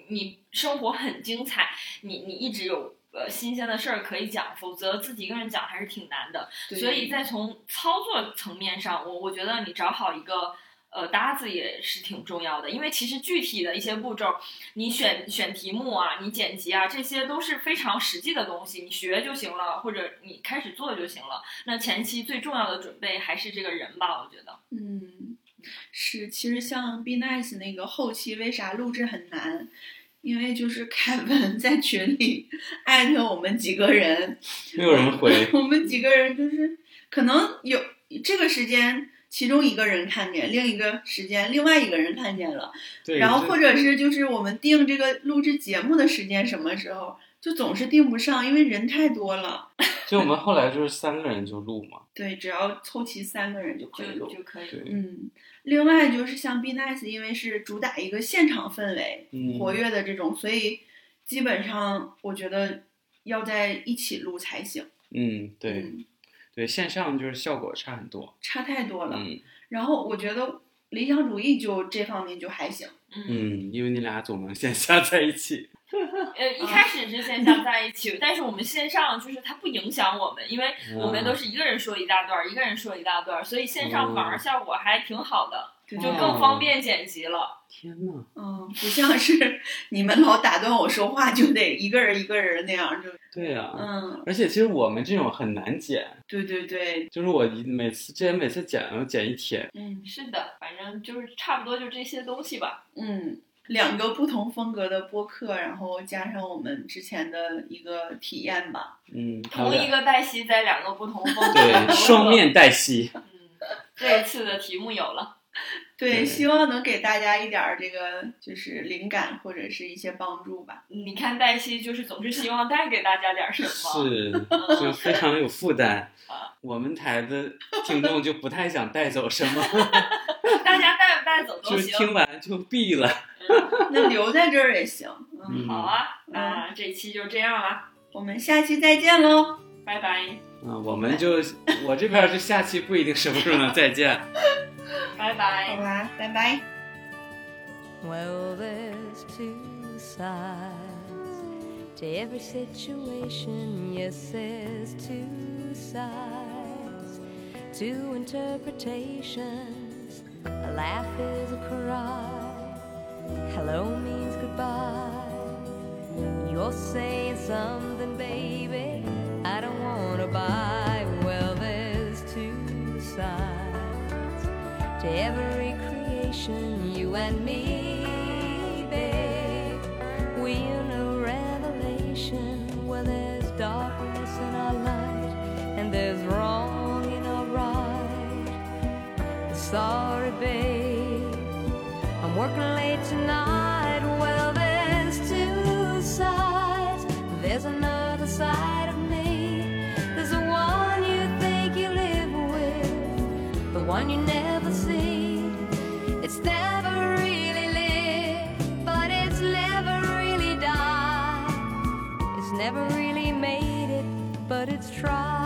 你生活很精彩，你你一直有呃新鲜的事儿可以讲，否则自己一个人讲还是挺难的。所以在从操作层面上，我我觉得你找好一个呃搭子也是挺重要的，因为其实具体的一些步骤，你选选题目啊，你剪辑啊，这些都是非常实际的东西，你学就行了，或者你开始做就行了。那前期最重要的准备还是这个人吧，我觉得。 嗯，是，其实像 Be Nice 那个后期为啥录制很难？因为就是凯文在群里艾特我们几个人， 没有人回， 我们几个人就是可能有这个时间，其中一个人看见，另一个时间另外一个人看见了， 对， 然后或者是就是我们定这个录制节目的时间什么时候，就总是定不上，因为人太多了。 就我们后来就是三个人就录嘛， 对，只要凑齐三个人就可以录， 就可以。 嗯，另外就是像 Be Nice， 因为是主打一个现场氛围、 嗯、 活跃的这种，所以基本上我觉得要在一起录才行。 嗯，对， 嗯、 对，线上就是效果差很多， 差太多了。 嗯， 然后我觉得理想主义就这方面就还行。 嗯，因为你俩总能线下在一起。 呃，一开始是线下在一起，但是我们线上就是它不影响我们，因为我们都是一个人说一大段，一个人说一大段，所以线上反而效果还挺好的， 嗯、 就更方便剪辑了。 天哪！ 嗯，不像是你们老打断我说话，就得一个人一个人那样就。 对呀、 啊，嗯， 而且其实我们这种很难剪。 对对对， 就是我每次之前每次剪要剪一天。 嗯，是的，反正就是差不多就这些东西吧。 嗯。两个不同风格的播客，然后加上我们之前的一个体验吧。 嗯， 同一个黛西在两个不同风格的对，双面黛西。 嗯，这一次的题目有了。 对，希望能给大家一点这个就是灵感或者是一些帮助吧。 你看黛西就是总是希望带给大家点什么， 是，就非常有负担。我们台的听众就不太想带走什么， 大家带不带走都行， 就听完就闭了。 那留在这儿也行。 嗯，好啊，那、嗯、这期就这样了， 我们下期再见喽， 拜拜。 嗯，我们就我这边是下期不一定什么时候能再见， 拜拜。 好吧，拜拜。 Well, there's two sides to every situation. Yes, there's two sides, two interpretations. A laugh is a cry. Hello means goodbye. You're saying something, baby, I don't wanna buy. Well, there's two sides to every creation. You and me, babe, we in a revelation where there's darkness in our light and there's wrong in our right. Sorry, babe, I'm working late tonight. Well, there's two sides. There's another side of me. There's the one you think you live with, the one you never see. It's never really lived, but it's never really died. It's never really made it, but it's tried.